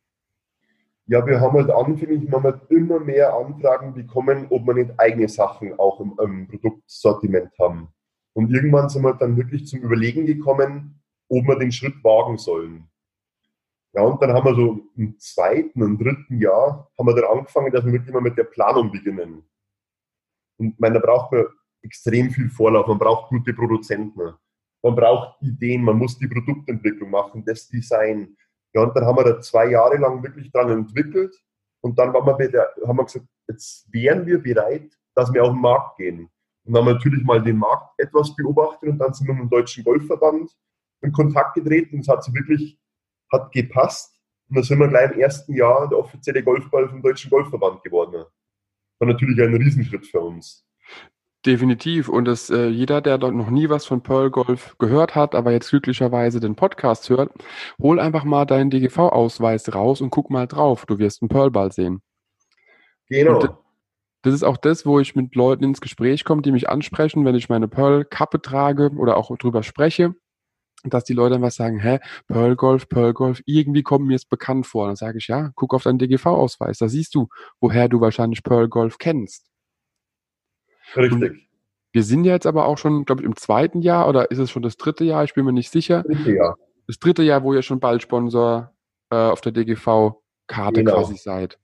ja, wir haben halt anfänglich haben halt immer mehr Anfragen bekommen, ob wir nicht eigene Sachen auch im, im Produktsortiment haben. Und irgendwann sind wir dann wirklich zum Überlegen gekommen, ob wir den Schritt wagen sollen. Ja, und dann haben wir so im zweiten und dritten Jahr haben wir dann angefangen, dass wir wirklich mal mit der Planung beginnen. Und ich meine, da braucht man extrem viel Vorlauf, man braucht gute Produzenten, man braucht Ideen, man muss die Produktentwicklung machen, das Design. Ja, und dann haben wir da zwei Jahre lang wirklich dran entwickelt und dann waren wir bei der, haben wir gesagt, jetzt wären wir bereit, dass wir auf den Markt gehen. Und dann haben wir natürlich mal den Markt etwas beobachtet und dann sind wir mit dem Deutschen Golfverband in Kontakt getreten und es hat sich wirklich hat gepasst. Und dann sind wir gleich im ersten Jahr der offizielle Golfball vom Deutschen Golfverband geworden. War natürlich ein Riesenschritt für uns. Definitiv. Und das, äh, jeder, der dort noch nie was von Pearl Golf gehört hat, aber jetzt glücklicherweise den Podcast hört, hol einfach mal deinen D G V-Ausweis raus und guck mal drauf. Du wirst einen Pearlball sehen. Und d- Genau. das ist auch das, wo ich mit Leuten ins Gespräch komme, die mich ansprechen, wenn ich meine Pearl-Kappe trage oder auch drüber spreche, dass die Leute einfach sagen, hä, Pearl Golf, Pearl Golf, irgendwie kommt mir es bekannt vor. Dann sage ich, ja, guck auf deinen D G V-Ausweis, da siehst du, woher du wahrscheinlich Pearl Golf kennst. Und Richtig. wir sind ja jetzt aber auch schon, glaube ich, im zweiten Jahr oder ist es schon das dritte Jahr? Ich bin mir nicht sicher. Richtig, ja. Das dritte Jahr, wo ihr schon bald Sponsor äh, auf der D G V-Karte quasi Genau. seid.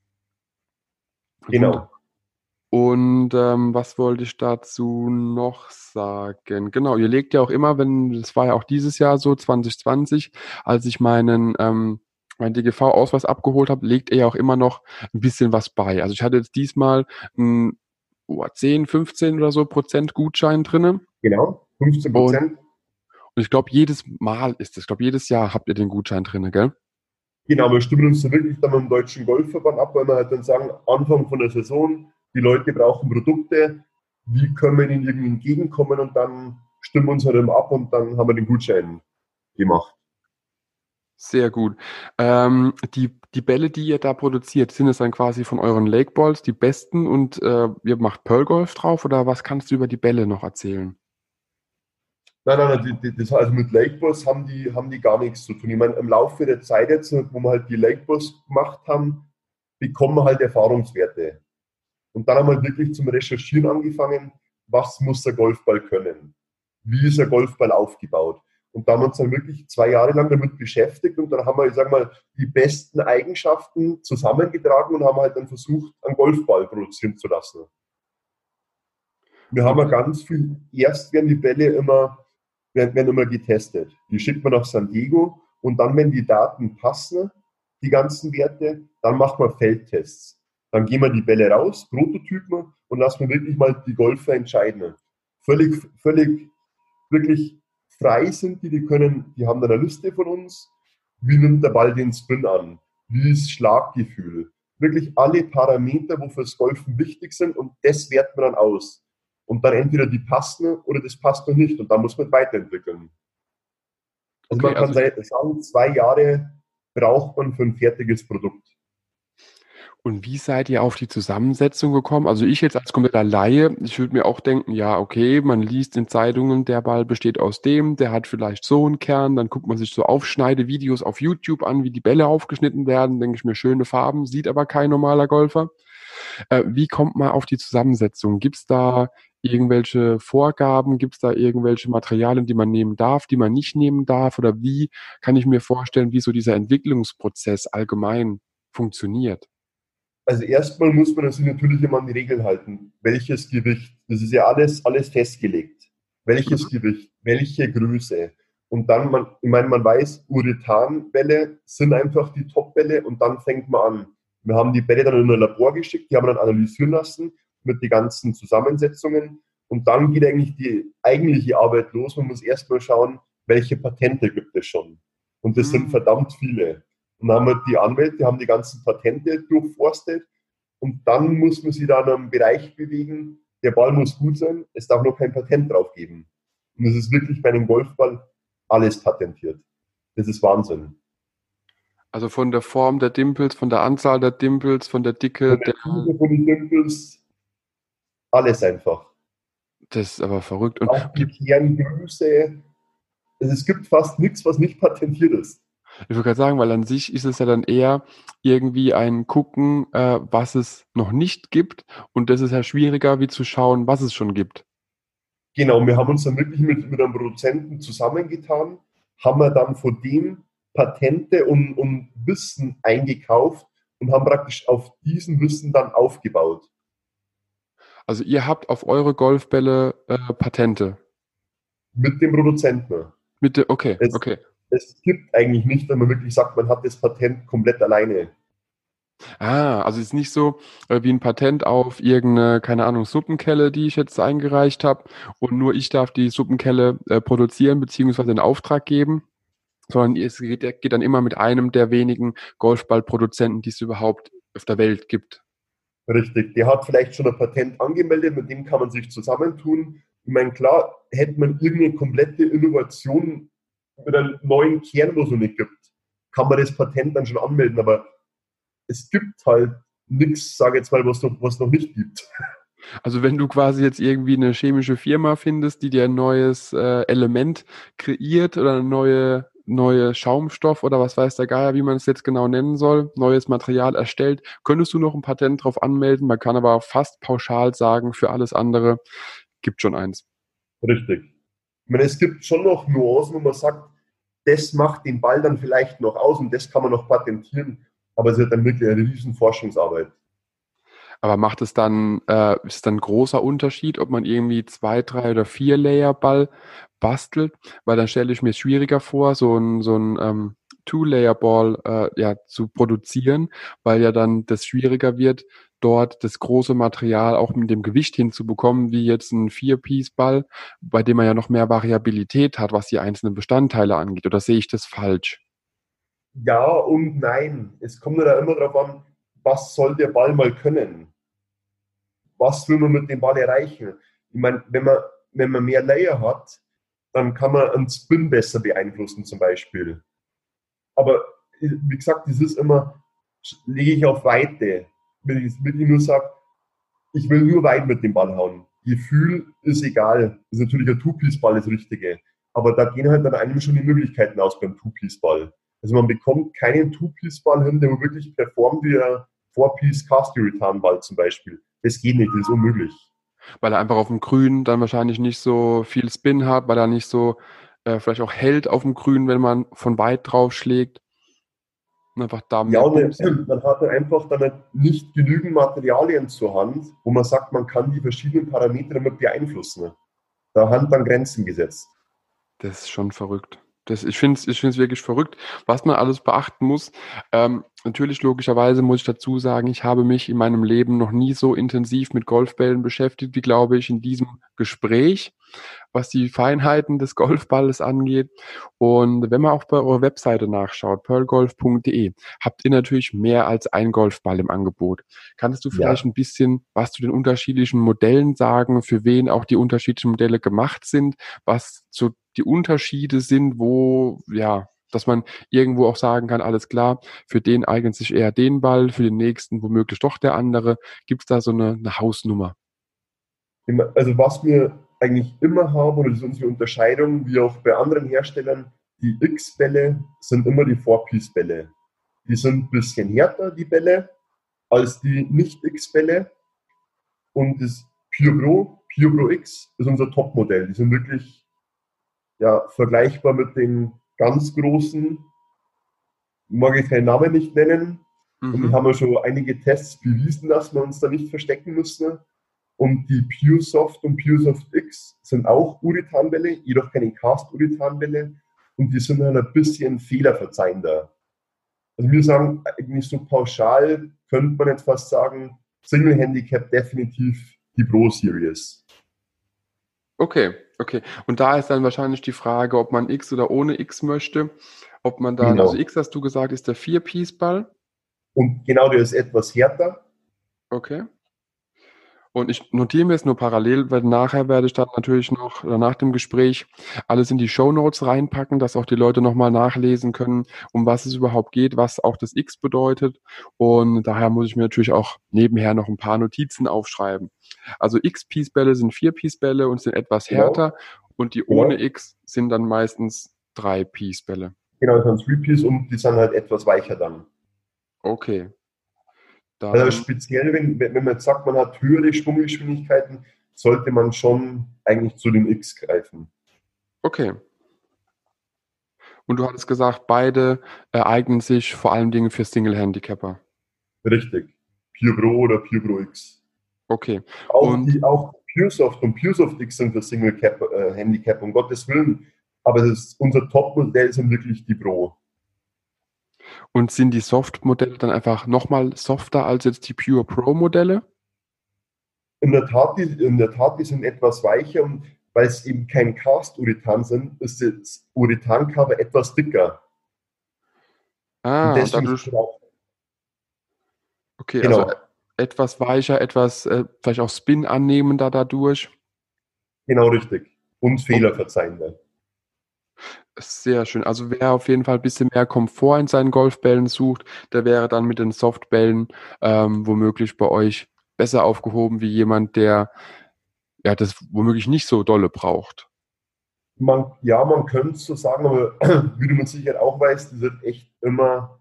Wunder- Genau. Und ähm, was wollte ich dazu noch sagen? Genau, ihr legt ja auch immer, wenn, das war ja auch dieses Jahr so, zwanzig zwanzig, als ich meinen, ähm, meinen D G V-Ausweis abgeholt habe, legt ihr ja auch immer noch ein bisschen was bei. Also ich hatte jetzt diesmal ein oh, zehn, fünfzehn oder so Prozent Gutschein drinne. Genau. fünfzehn Und, Prozent. und ich glaube, jedes Mal ist es, ich glaube, jedes Jahr habt ihr den Gutschein drinne, gell? Genau, wir stimmen uns da wirklich dann mit dem Deutschen Golfverband ab, weil wir halt dann sagen, Anfang von der Saison, die Leute brauchen Produkte, wie können wir ihnen irgendwie entgegenkommen und dann stimmen wir uns halt immer ab und dann haben wir den Gutschein gemacht. Sehr gut. Ähm, die, die Bälle, die ihr da produziert, sind es dann quasi von euren Lake Balls die besten und äh, ihr macht Pearl Golf drauf oder was kannst du über die Bälle noch erzählen? Nein, nein, nein, die, die, das, also mit Lakebus haben die, haben die gar nichts zu tun. Ich meine, im Laufe der Zeit jetzt, wo wir halt die Lakebus gemacht haben, bekommen wir halt Erfahrungswerte. Und dann haben wir halt wirklich zum Recherchieren angefangen, was muss der Golfball können? Wie ist der Golfball aufgebaut? Und da haben wir uns dann wirklich zwei Jahre lang damit beschäftigt und dann haben wir, ich sag mal, die besten Eigenschaften zusammengetragen und haben halt dann versucht, einen Golfball produzieren zu lassen. Wir haben ja Okay. ganz viel, erst werden die Bälle immer, werden, werden immer getestet. Die schickt man nach San Diego und dann, wenn die Daten passen, die ganzen Werte, dann macht man Feldtests. Dann gehen wir die Bälle raus, Prototypen und lassen wir wirklich mal die Golfer entscheiden. Völlig, völlig, wirklich frei sind die, die können, die haben dann eine Liste von uns. Wie nimmt der Ball den Spin an? Wie ist Schlaggefühl? Wirklich alle Parameter, wo fürs Golfen wichtig sind und das werten wir dann aus. Und dann entweder die passen oder das passt noch nicht und dann muss man weiterentwickeln. Also Okay, man kann also sagen, zwei Jahre braucht man für ein fertiges Produkt. Und wie seid ihr auf die Zusammensetzung gekommen? Also ich jetzt als kompletter Laie, ich würde mir auch denken, ja, okay, man liest in Zeitungen, der Ball besteht aus dem, der hat vielleicht so einen Kern, dann guckt man sich so Aufschneidevideos auf YouTube an, wie die Bälle aufgeschnitten werden, denke ich mir, schöne Farben, sieht aber kein normaler Golfer. Äh, wie kommt man auf die Zusammensetzung? Gibt es da irgendwelche Vorgaben? Gibt es da irgendwelche Materialien, die man nehmen darf, die man nicht nehmen darf? Oder wie kann ich mir vorstellen, wie so dieser Entwicklungsprozess allgemein funktioniert? Also erstmal muss man sich natürlich immer an die Regeln halten. Welches Gewicht? Das ist ja alles, alles festgelegt. Welches Mhm. Gewicht? Welche Größe? Und dann, man, ich meine, man weiß, Urethanbälle sind einfach die Top-Bälle und dann fängt man an. Wir haben die Bälle dann in ein Labor geschickt, die haben wir dann analysieren lassen mit den ganzen Zusammensetzungen und dann geht eigentlich die eigentliche Arbeit los. Man muss erstmal schauen, welche Patente gibt es schon. Und das sind Mhm. verdammt viele. Und dann haben wir die Anwälte, haben die ganzen Patente durchforstet und dann muss man sich da in einem Bereich bewegen, der Ball muss gut sein, es darf noch kein Patent drauf geben. Und es ist wirklich bei einem Golfball alles patentiert. Das ist Wahnsinn. Also von der Form der Dimples, von der Anzahl der Dimples, von der Dicke Von der der, Tiefe, von den Dimples, alles einfach. das ist aber verrückt. Und Auch die gibt, Kerngröße. Also es gibt fast nichts, was nicht patentiert ist. ich würde gerade sagen, weil an sich ist es ja dann eher irgendwie ein Gucken, äh, was es noch nicht gibt. Und das ist ja schwieriger, wie zu schauen, was es schon gibt. Genau, wir haben uns dann wirklich mit, mit einem Produzenten zusammengetan, haben wir dann von dem Patente und, und Wissen eingekauft und haben praktisch auf diesem Wissen dann aufgebaut. Also ihr habt auf eure Golfbälle äh, Patente. Mit dem Produzenten. Mit der, okay, Es, okay. es gibt eigentlich nicht, wenn man wirklich sagt, man hat das Patent komplett alleine. Ah, also es ist nicht so äh, wie ein Patent auf irgendeine, keine Ahnung, Suppenkelle, die ich jetzt eingereicht habe und nur ich darf die Suppenkelle äh, produzieren beziehungsweise in Auftrag geben, sondern es geht, geht dann immer mit einem der wenigen Golfballproduzenten, die es überhaupt auf der Welt gibt. Richtig. Der hat vielleicht schon ein Patent angemeldet, mit dem kann man sich zusammentun. Ich meine, klar, hätte man irgendeine komplette Innovation mit einem neuen Kern, wo es noch nicht gibt, kann man das Patent dann schon anmelden, aber es gibt halt nichts, sage ich jetzt mal, was noch, was noch nicht gibt. Also wenn du quasi jetzt irgendwie eine chemische Firma findest, die dir ein neues äh, Element kreiert oder eine neue, neue Schaumstoff oder was weiß der Geier, wie man es jetzt genau nennen soll, neues Material erstellt, könntest du noch ein Patent drauf anmelden. Man kann aber fast pauschal sagen, für alles andere gibt schon eins. Richtig. Ich meine, es gibt schon noch Nuancen, wo man sagt, das macht den Ball dann vielleicht noch aus und das kann man noch patentieren, aber es ist dann wirklich eine riesen Forschungsarbeit. Aber macht es dann, äh, ist dann ein großer Unterschied, ob man irgendwie zwei, drei oder vier Layer Ball bastelt? Weil dann stelle ich mir es schwieriger vor, so ein, so ein ähm, Two-Layer Ball äh, ja, zu produzieren, weil ja dann das schwieriger wird, dort das große Material auch mit dem Gewicht hinzubekommen, wie jetzt ein Vier-Piece-Ball, bei dem man ja noch mehr Variabilität hat, was die einzelnen Bestandteile angeht. Oder sehe ich das falsch? Ja und nein. Es kommt ja immer darauf an, was soll der Ball mal können? Was will man mit dem Ball erreichen? Ich meine, wenn man, wenn man mehr Layer hat, dann kann man einen Spin besser beeinflussen zum Beispiel. Aber wie gesagt, das ist immer, lege ich auf Weite. Wenn ich wirklich nur sage, ich will nur weit mit dem Ball hauen. Gefühl ist egal. Das ist natürlich ein Two-Piece-Ball das Richtige. Aber da gehen halt dann einem schon die Möglichkeiten aus beim Two-Piece-Ball. Also man bekommt keinen Two-Piece-Ball hin, der wirklich performt wie ein Four-Piece-Cast-Return-Ball zum Beispiel. Das geht nicht, das ist unmöglich. Weil er einfach auf dem Grün dann wahrscheinlich nicht so viel Spin hat, weil er nicht so äh, vielleicht auch hält auf dem Grün, wenn man von weit drauf schlägt und einfach da Ja, mehr und Bums hat. man hat einfach dann nicht genügend Materialien zur Hand, wo man sagt, man kann die verschiedenen Parameter damit beeinflussen. Da haben dann Grenzen gesetzt. Das ist schon verrückt. Das, ich finde es ich find's wirklich verrückt, was man alles beachten muss. Ähm, natürlich, logischerweise muss ich dazu sagen, ich habe mich in meinem Leben noch nie so intensiv mit Golfbällen beschäftigt, wie glaube ich in diesem Gespräch, was die Feinheiten des Golfballes angeht. Und wenn man auch bei eurer Webseite nachschaut, pearl golf punkt de, habt ihr natürlich mehr als ein Golfball im Angebot. Kannst du vielleicht Ja, ein bisschen was zu den unterschiedlichen Modellen sagen, für wen auch die unterschiedlichen Modelle gemacht sind, was so die Unterschiede sind, wo, ja. Dass man irgendwo auch sagen kann, alles klar, für den eignet sich eher den Ball, für den nächsten womöglich doch der andere. Gibt es da so eine, eine Hausnummer? Immer- Also was wir eigentlich immer haben, oder das ist unsere Unterscheidung, wie auch bei anderen Herstellern, die X-Bälle sind immer die Four-Piece-Bälle. Die sind ein bisschen härter, die Bälle, als die Nicht-X-Bälle. Und das Pure Pro, Pure Pro X ist unser Top-Modell. Die sind wirklich ja, vergleichbar mit den ganz großen, mag ich keinen Namen nicht nennen. Und wir Mhm. haben ja schon einige Tests bewiesen, dass wir uns da nicht verstecken müssen. Und die PureSoft und PureSoft X sind auch Urethanbälle, jedoch keine Cast-Urethanbälle. Und die sind dann ein bisschen fehlerverzeihender. Also wir sagen eigentlich so pauschal, könnte man jetzt fast sagen, Single Handicap definitiv die Pro Series. Okay, okay. Und da ist dann wahrscheinlich die Frage, ob man X oder ohne X möchte. Ob man dann, also Genau. X hast du gesagt, ist der Vier-Piece-Ball. Und genau der ist etwas härter. Okay. Und ich notiere mir es nur parallel, weil nachher werde ich dann natürlich noch, oder nach dem Gespräch, alles in die Shownotes reinpacken, dass auch die Leute nochmal nachlesen können, um was es überhaupt geht, was auch das X bedeutet. Und daher muss ich mir natürlich auch nebenher noch ein paar Notizen aufschreiben. Also X-Piece-Bälle sind Vier-Piece-Bälle und sind etwas härter Genau. und die ohne Genau. X sind dann meistens Drei-Piece-Bälle. Genau, das sind Three-Piece und die sind halt etwas weicher dann. Okay, Also dann, speziell, wenn, wenn man jetzt sagt, man hat höhere Schwunggeschwindigkeiten, sollte man schon eigentlich zu dem X greifen. okay. Und du hattest gesagt, beide äh, eignen sich vor allen Dingen für Single-Handicapper. Richtig. Pure Pro oder Pure Pro X. Okay. Auch Und, die, auch PureSoft und PureSoft X sind für Single Cap, äh, Handicap, um Gottes Willen. Aber das ist, unser Top-Modell sind wirklich die Pro. und sind die Soft-Modelle dann einfach nochmal softer als jetzt die Pure Pro-Modelle? In der Tat, die, in der Tat, die sind etwas weicher und weil es eben kein Cast-Urethan sind, ist das Urethan-Cover etwas dicker. Und Ah, und deswegen sind dadurch, sie auch, okay, also äh, genau, etwas weicher, etwas äh, vielleicht auch Spin annehmender dadurch. genau richtig. Und Okay, fehlerverzeihender. sehr schön. Also wer auf jeden Fall ein bisschen mehr Komfort in seinen Golfbällen sucht, der wäre dann mit den Softbällen ähm, womöglich bei euch besser aufgehoben wie jemand, der ja das womöglich nicht so dolle braucht. Man, ja, man könnte es so sagen, aber wie du mit Sicherheit auch weißt, das wird echt immer,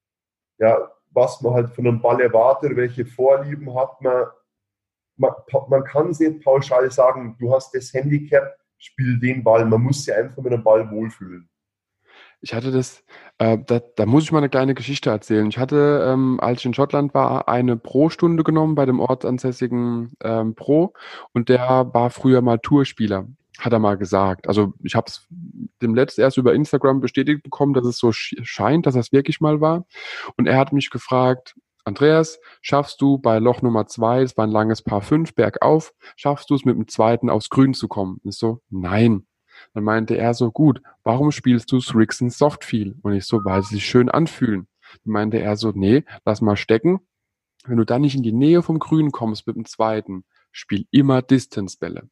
ja, was man halt von einem Ball erwartet, welche Vorlieben hat man. Man, man kann es nicht pauschal sagen, du hast das Handicap, spiel den Ball. Man muss sich einfach mit dem Ball wohlfühlen. Ich hatte das, äh, da, da muss ich mal eine kleine Geschichte erzählen. Ich hatte, ähm, als ich in Schottland war, eine Pro-Stunde genommen bei dem ortsansässigen ähm, Pro und der war früher mal Tourspieler, hat er mal gesagt. Also ich habe es dem letzt erst über Instagram bestätigt bekommen, dass es so sch scheint, dass das wirklich mal war. Und er hat mich gefragt, Andreas, schaffst du bei Loch Nummer zwei, es war ein langes Par fünf, bergauf, schaffst du es mit dem zweiten aufs Grün zu kommen? Und ich so, nein. Dann meinte er so, gut, warum spielst du Srixon Softfeel? Und ich so, weil sie sich schön anfühlen. Dann meinte er so, nee, lass mal stecken. Wenn du dann nicht in die Nähe vom Grün kommst mit dem zweiten, spiel immer Distance-Bälle.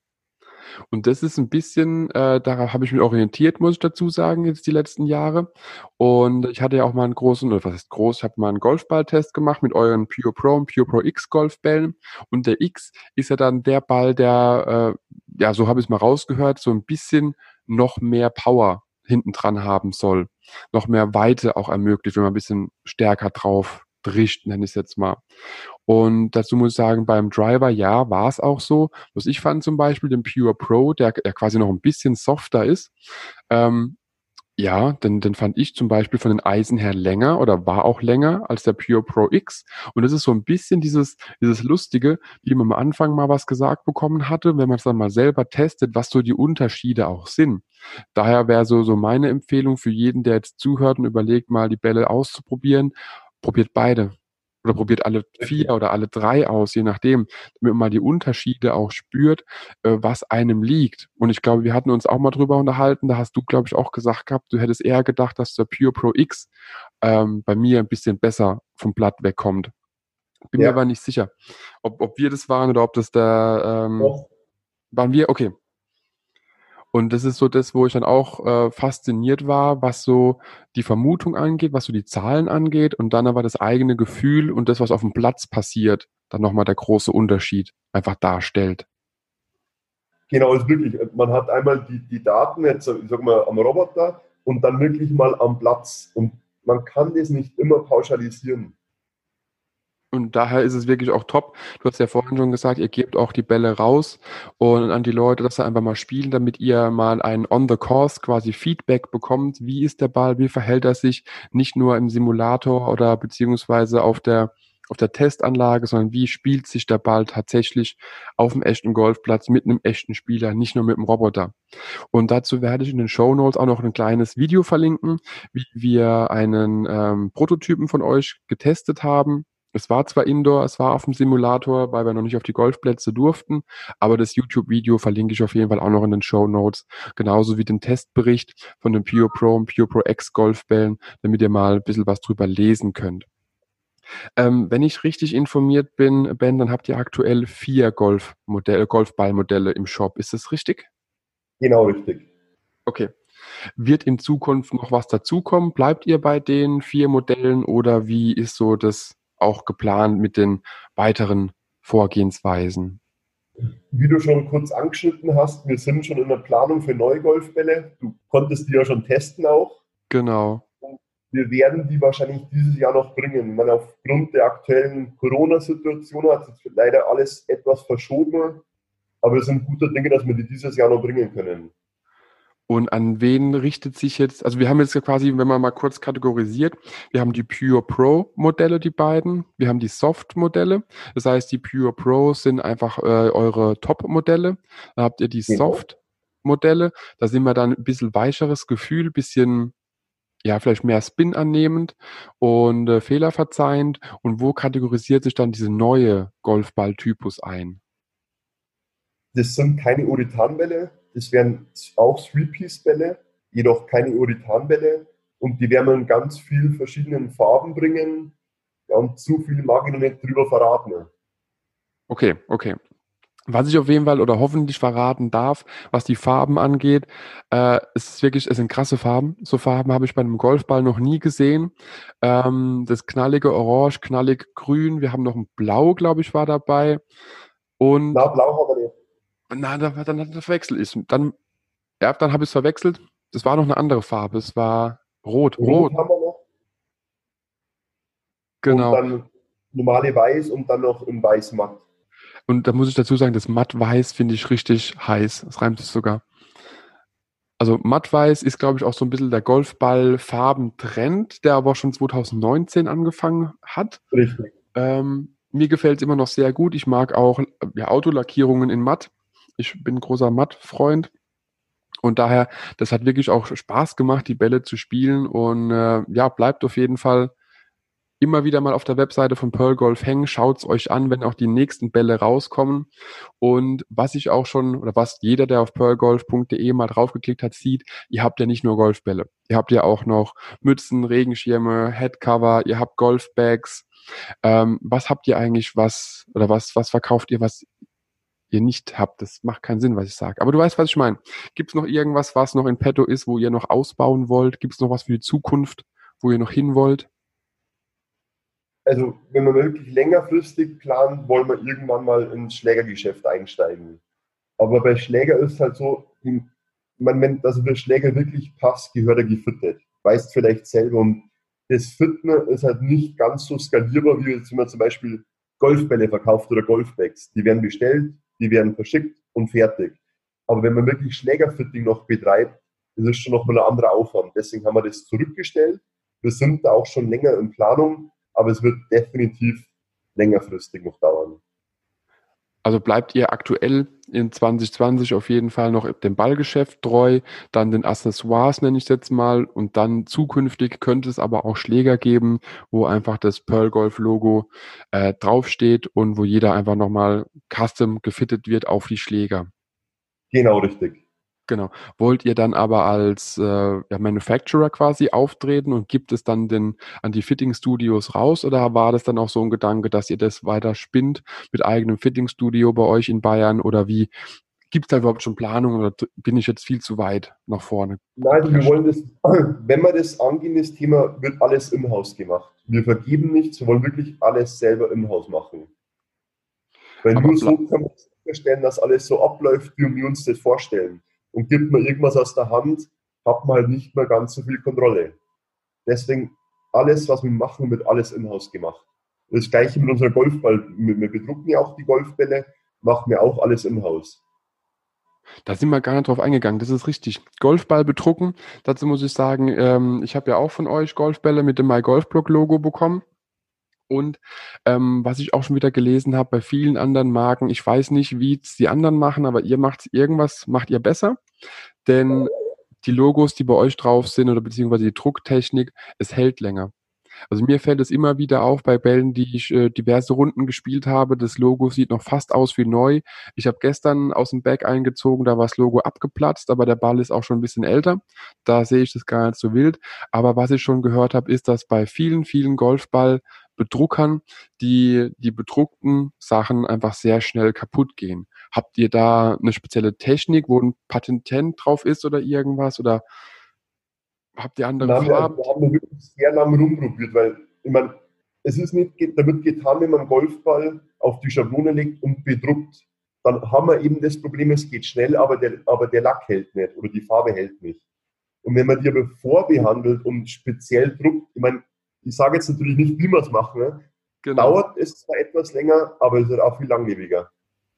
Und das ist ein bisschen, äh, darauf habe ich mich orientiert, muss ich dazu sagen, jetzt die letzten Jahre. Und ich hatte ja auch mal einen großen, oder was heißt groß, ich habe mal einen Golfballtest gemacht mit euren Pure Pro und Pure Pro X Golfbällen. Und der X ist ja dann der Ball, der, äh, ja, so habe ich es mal rausgehört, so ein bisschen noch mehr Power hinten dran haben soll. Noch mehr Weite auch ermöglicht, wenn man ein bisschen stärker drauf drischt, nenne ich es jetzt mal. Und dazu muss ich sagen, beim Driver, ja, war es auch so. Was ich fand zum Beispiel, den Pure Pro, der, der quasi noch ein bisschen softer ist, ähm, ja, den, den fand ich zum Beispiel von den Eisen her länger oder war auch länger als der Pure Pro X. Und das ist so ein bisschen dieses, dieses Lustige, wie man am Anfang mal was gesagt bekommen hatte, wenn man es dann mal selber testet, was so die Unterschiede auch sind. Daher wäre so, so meine Empfehlung für jeden, der jetzt zuhört und überlegt, mal die Bälle auszuprobieren, probiert beide. Oder probiert alle vier Richtig. oder alle drei aus, je nachdem, damit man mal die Unterschiede auch spürt, äh, was einem liegt. Und ich glaube, wir hatten uns auch mal drüber unterhalten, da hast du, glaube ich, auch gesagt gehabt, du hättest eher gedacht, dass der Pure Pro X ähm, bei mir ein bisschen besser vom Blatt wegkommt. Bin mir aber Ja, nicht sicher, ob, ob wir das waren oder ob das der, ähm, doch. waren wir, okay. Und das ist so das, wo ich dann auch äh, fasziniert war, was so die Vermutung angeht, was so die Zahlen angeht und dann aber das eigene Gefühl und das, was auf dem Platz passiert, dann nochmal der große Unterschied einfach darstellt. Genau, ist wirklich, man hat einmal die, die Daten, jetzt ich sag mal, am Roboter und dann wirklich mal am Platz. Und man kann das nicht immer pauschalisieren. Und daher ist es wirklich auch top. Du hast ja vorhin schon gesagt, ihr gebt auch die Bälle raus und an die Leute, dass sie einfach mal spielen, damit ihr mal ein on the course quasi Feedback bekommt. Wie ist der Ball? Wie verhält er sich? Nicht nur im Simulator oder beziehungsweise auf der auf der Testanlage, sondern wie spielt sich der Ball tatsächlich auf dem echten Golfplatz mit einem echten Spieler, nicht nur mit dem Roboter. Und dazu werde ich in den Shownotes auch noch ein kleines Video verlinken, wie wir einen ähm, Prototypen von euch getestet haben. Es war zwar Indoor, es war auf dem Simulator, weil wir noch nicht auf die Golfplätze durften, aber das YouTube-Video verlinke ich auf jeden Fall auch noch in den Shownotes, genauso wie den Testbericht von den Pure Pro und Pure Pro X Golfbällen, damit ihr mal ein bisschen was drüber lesen könnt. Ähm, wenn ich richtig informiert bin, Ben, dann habt ihr aktuell vier Golfmodelle, Golfballmodelle im Shop. Ist das richtig? Genau richtig. Okay. Wird in Zukunft noch was dazukommen? Bleibt ihr bei den vier Modellen oder wie ist so das auch geplant mit den weiteren Vorgehensweisen? Wie du schon kurz angeschnitten hast, wir sind schon in der Planung für neue Golfbälle. Du konntest die ja schon testen auch. Genau. Und wir werden die wahrscheinlich dieses Jahr noch bringen. Ich meine, aufgrund der aktuellen Corona-Situation hat sich leider alles etwas verschoben, aber wir sind guter Dinge, dass wir die dieses Jahr noch bringen können. Und an wen richtet sich jetzt, also wir haben jetzt quasi, wenn man mal kurz kategorisiert, wir haben die Pure Pro Modelle, die beiden, wir haben die Soft Modelle, das heißt, die Pure Pro sind einfach äh, eure Top Modelle, dann habt ihr die Genau. Soft Modelle, da sind wir dann ein bisschen weicheres Gefühl, bisschen, ja, vielleicht mehr Spin annehmend und äh, fehlerverzeihend. Und wo kategorisiert sich dann diese neue Golfball-Typus ein? Das sind keine Urethanbälle, das wären auch Three-Piece-Bälle, jedoch keine Urethanbälle und die werden wir in ganz vielen verschiedenen Farben bringen. Ja, und zu viel mag ich noch nicht drüber verraten. Okay, okay. Was ich auf jeden Fall oder hoffentlich verraten darf, was die Farben angeht, äh, es ist wirklich, es sind krasse Farben. So Farben habe ich bei einem Golfball noch nie gesehen. Ähm, das knallige Orange, knallig Grün. Wir haben noch ein Blau, glaube ich, war dabei. Na, Und blau haben wir nicht. na, dann, dann hat das verwechselt ist. Dann, ja, dann habe ich es verwechselt. Das war noch eine andere Farbe. Es war Rot, Rot Rot, haben wir noch und genau. dann normale Weiß und dann noch in Weiß matt. Und da muss ich dazu sagen, das Matt-Weiß finde ich richtig heiß. Das reimt sich sogar. Also Matt-Weiß ist, glaube ich, auch so ein bisschen der Golfball-Farbentrend, der aber schon zwanzig neunzehn angefangen hat. Richtig. Ähm, mir gefällt es immer noch sehr gut. Ich mag auch äh, ja, Autolackierungen in Matt. Ich bin ein großer Matt-Freund. Und daher, das hat wirklich auch Spaß gemacht, die Bälle zu spielen. Und äh, ja, bleibt auf jeden Fall immer wieder mal auf der Webseite von Pearl Golf hängen. Schaut es euch an, wenn auch die nächsten Bälle rauskommen. Und was ich auch schon, oder was jeder, der auf pearlgolf punkt de mal draufgeklickt hat, sieht, ihr habt ja nicht nur Golfbälle. Ihr habt ja auch noch Mützen, Regenschirme, Headcover, ihr habt Golfbags. Ähm, was habt ihr eigentlich, was, oder was, was verkauft ihr, was ihr nicht habt? Das macht keinen Sinn, was ich sage. Aber du weißt, was ich meine. Gibt es noch irgendwas, was noch in petto ist, wo ihr noch ausbauen wollt? Gibt es noch was für die Zukunft, wo ihr noch hin wollt? Also, wenn man wirklich längerfristig plant, wollen wir irgendwann mal ins Schlägergeschäft einsteigen. Aber bei Schläger ist halt so, man, wenn also der Schläger wirklich passt, gehört er gefüttert. Weißt vielleicht selber. Und das Fitten ist halt nicht ganz so skalierbar, wie jetzt, wenn man zum Beispiel Golfbälle verkauft oder Golfbags. Die werden bestellt, die werden verschickt und fertig. Aber wenn man wirklich Schlägerfitting noch betreibt, ist es schon nochmal ein anderer Aufwand. Deswegen haben wir das zurückgestellt. Wir sind da auch schon länger in Planung, aber es wird definitiv längerfristig noch dauern. Also bleibt ihr aktuell in zwanzig zwanzig auf jeden Fall noch dem Ballgeschäft treu, dann den Accessoires nenne ich es jetzt mal und dann zukünftig könnte es aber auch Schläger geben, wo einfach das Pearl Golf Logo äh, draufsteht und wo jeder einfach nochmal custom gefittet wird auf die Schläger. Genau richtig. Genau. Wollt ihr dann aber als äh, ja, Manufacturer quasi auftreten und gibt es dann den, an die Fitting-Studios raus oder war das dann auch so ein Gedanke, dass ihr das weiter spinnt mit eigenem Fitting-Studio bei euch in Bayern oder wie Gibt es da überhaupt schon Planungen oder t- bin ich jetzt viel zu weit nach vorne Nein, also wir geprescht? wollen das, wenn wir das angehen, das Thema, wird alles in-house gemacht. Wir vergeben nichts, wir wollen wirklich alles selber in-house machen. Weil Aber nur Pla so können wir sicherstellen, dass alles so abläuft, wie wir uns das vorstellen. Und gibt man irgendwas aus der Hand, hat man halt nicht mehr ganz so viel Kontrolle. Deswegen, alles, was wir machen, wird alles in-house gemacht. Das gleiche mit unserer Golfball. Wir wir bedrucken ja auch die Golfbälle, machen wir auch alles in-house. Da sind wir gar nicht drauf eingegangen, das ist richtig. Golfball bedrucken, dazu muss ich sagen, ähm, ich habe ja auch von euch Golfbälle mit dem MyGolfBlog-Logo bekommen. Und ähm, was ich auch schon wieder gelesen habe bei vielen anderen Marken, ich weiß nicht, wie es die anderen machen, aber ihr macht irgendwas, macht ihr besser. Denn die Logos, die bei euch drauf sind oder beziehungsweise die Drucktechnik, es hält länger. Also mir fällt es immer wieder auf bei Bällen, die ich äh, diverse Runden gespielt habe. Das Logo sieht noch fast aus wie neu. Ich habe gestern aus dem Bag eingezogen, da war das Logo abgeplatzt, aber der Ball ist auch schon ein bisschen älter. Da sehe ich das gar nicht so wild. Aber was ich schon gehört habe, ist, dass bei vielen, vielen Golfballbedruckern die, die bedruckten Sachen einfach sehr schnell kaputt gehen. Habt ihr da eine spezielle Technik, wo ein Patent drauf ist oder irgendwas? Oder habt ihr Und andere da haben wir, Farben? da haben wir wirklich sehr lange rumprobiert, weil, ich meine, es ist nicht ge- damit getan, wenn man einen Golfball auf die Schablone legt und bedruckt. Dann haben wir eben das Problem, es geht schnell, aber der, aber der Lack hält nicht oder die Farbe hält nicht. Und wenn man die aber vorbehandelt und speziell druckt, ich meine, ich sage jetzt natürlich nicht, wie wir es machen, ne? Genau. Dauert es zwar etwas länger, aber es wird auch viel langlebiger.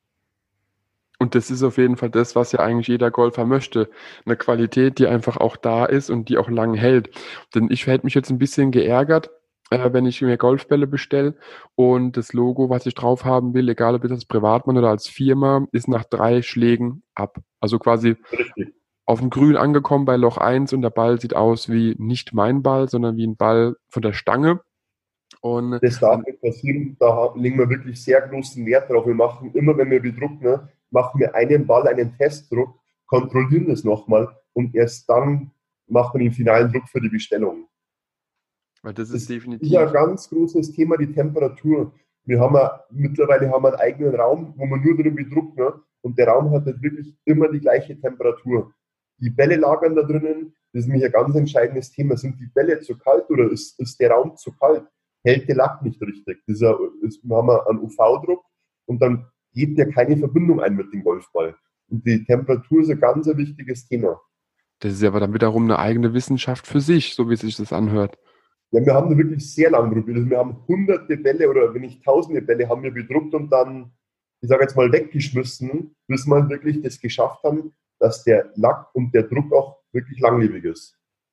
Und das ist auf jeden Fall das, was ja eigentlich jeder Golfer möchte. Eine Qualität, die einfach auch da ist und die auch lang hält. Denn ich hätte mich jetzt ein bisschen geärgert, äh, wenn ich mir Golfbälle bestelle und das Logo, was ich drauf haben will, egal ob ich das als Privatmann oder als Firma, ist nach drei Schlägen ab. Also quasi Richtig. auf dem Grün angekommen bei Loch eins und der Ball sieht aus wie nicht mein Ball, sondern wie ein Ball von der Stange. Und Das darf dann nicht passieren. Da legen wir wirklich sehr großen Wert drauf. Wir machen immer, wenn wir bedrucken, ne, machen wir einen Ball, einen Testdruck, kontrollieren das nochmal und erst dann macht man den finalen Druck für die Bestellung. weil das Das ist ist ja ein definitiv. ganz großes Thema, die Temperatur. Wir haben ja, mittlerweile haben wir einen eigenen Raum, wo man nur drin bedruckt, ne? Und der Raum hat halt wirklich immer die gleiche Temperatur. Die Bälle lagern da drinnen, das ist nämlich ein ganz entscheidendes Thema. Sind die Bälle zu kalt oder ist, ist der Raum zu kalt? Hält der Lack nicht richtig? Das ist ja, ist, wir haben ja einen U V-Druck und dann geht der keine Verbindung ein mit dem Golfball. Und die Temperatur ist ein ganz ein wichtiges Thema. Das ist ja aber dann wiederum eine eigene Wissenschaft für sich, so wie sich das anhört. Ja, wir haben da wirklich sehr lange probiert. Also wir haben hunderte Bälle oder wenn nicht tausende Bälle haben wir bedruckt und dann, ich sage jetzt mal, weggeschmissen, bis wir wirklich das geschafft haben, dass der Lack und der Druck auch wirklich langlebig ist.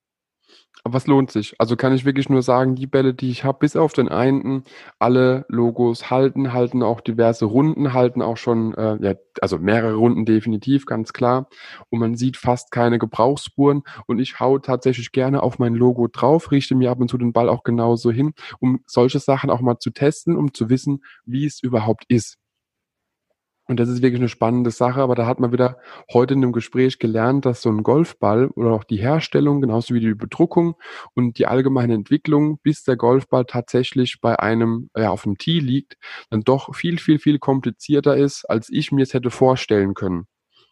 Aber es lohnt sich. Also kann ich wirklich nur sagen, die Bälle, die ich habe, bis auf den einen, alle Logos halten, halten auch diverse Runden, halten auch schon, äh, ja, also mehrere Runden definitiv, ganz klar. Und man sieht fast keine Gebrauchsspuren. Und ich hau tatsächlich gerne auf mein Logo drauf, richte mir ab und zu den Ball auch genauso hin, um solche Sachen auch mal zu testen, um zu wissen, wie es überhaupt ist. Und das ist wirklich eine spannende Sache, aber da hat man wieder heute in dem Gespräch gelernt, dass so ein Golfball oder auch die Herstellung, genauso wie die Bedruckung und die allgemeine Entwicklung, bis der Golfball tatsächlich bei einem, ja, auf dem Tee liegt, dann doch viel, viel, viel komplizierter ist, als ich mir es hätte vorstellen können.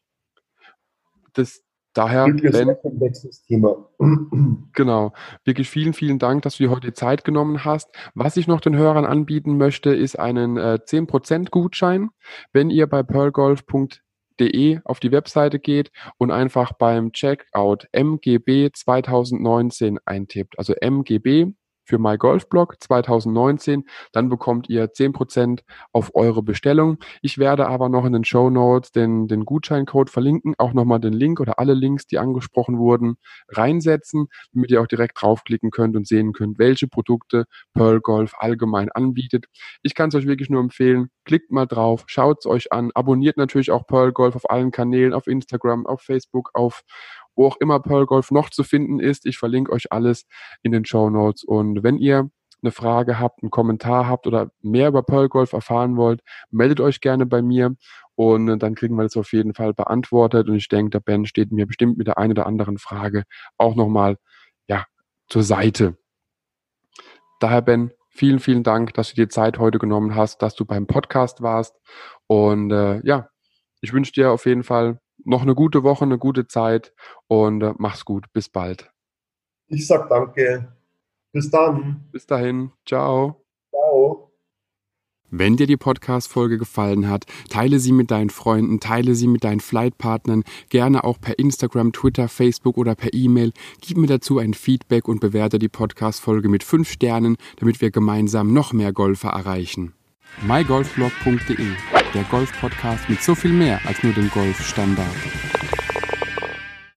Das daher, Wirklich ein sehr Ben, komplexes Thema. genau. Wirklich vielen, vielen Dank, dass du dir heute die Zeit genommen hast. Was ich noch den Hörern anbieten möchte, ist einen äh, zehn Prozent Gutschein, wenn ihr bei pearlgolf punkt de auf die Webseite geht und einfach beim Checkout M G B zwanzig neunzehn eintippt. Also M G B für MyGolfBlog zwanzig neunzehn. Dann bekommt ihr zehn Prozent auf eure Bestellung. Ich werde aber noch in den Show Notes den, den Gutscheincode verlinken, auch nochmal den Link oder alle Links, die angesprochen wurden, reinsetzen, damit ihr auch direkt draufklicken könnt und sehen könnt, welche Produkte Pearl Golf allgemein anbietet. Ich kann es euch wirklich nur empfehlen, klickt mal drauf, schaut es euch an, abonniert natürlich auch Pearl Golf auf allen Kanälen, auf Instagram, auf Facebook, auf wo auch immer Pearl Golf noch zu finden ist. Ich verlinke euch alles in den Show Notes. Und wenn ihr eine Frage habt, einen Kommentar habt oder mehr über Pearl Golf erfahren wollt, meldet euch gerne bei mir und äh, dann kriegen wir das auf jeden Fall beantwortet. Und ich denke, der Ben steht mir bestimmt mit der einen oder anderen Frage auch nochmal, ja, zur Seite. Daher, Ben, vielen, vielen Dank, dass du dir Zeit heute genommen hast, dass du beim Podcast warst. Und äh, ja, Ich wünsche dir auf jeden Fall noch eine gute Woche, eine gute Zeit und äh, mach's gut. Bis bald. Ich sag danke. Bis dann. Bis dahin. Ciao. Ciao. Wenn dir die Podcast-Folge gefallen hat, teile sie mit deinen Freunden, teile sie mit deinen Flightpartnern, gerne auch per Instagram, Twitter, Facebook oder per E-Mail. Gib mir dazu ein Feedback und bewerte die Podcast-Folge mit fünf Sternen, damit wir gemeinsam noch mehr Golfer erreichen. my golf blog punkt de, der Golf-Podcast mit so viel mehr als nur dem Golfstandard.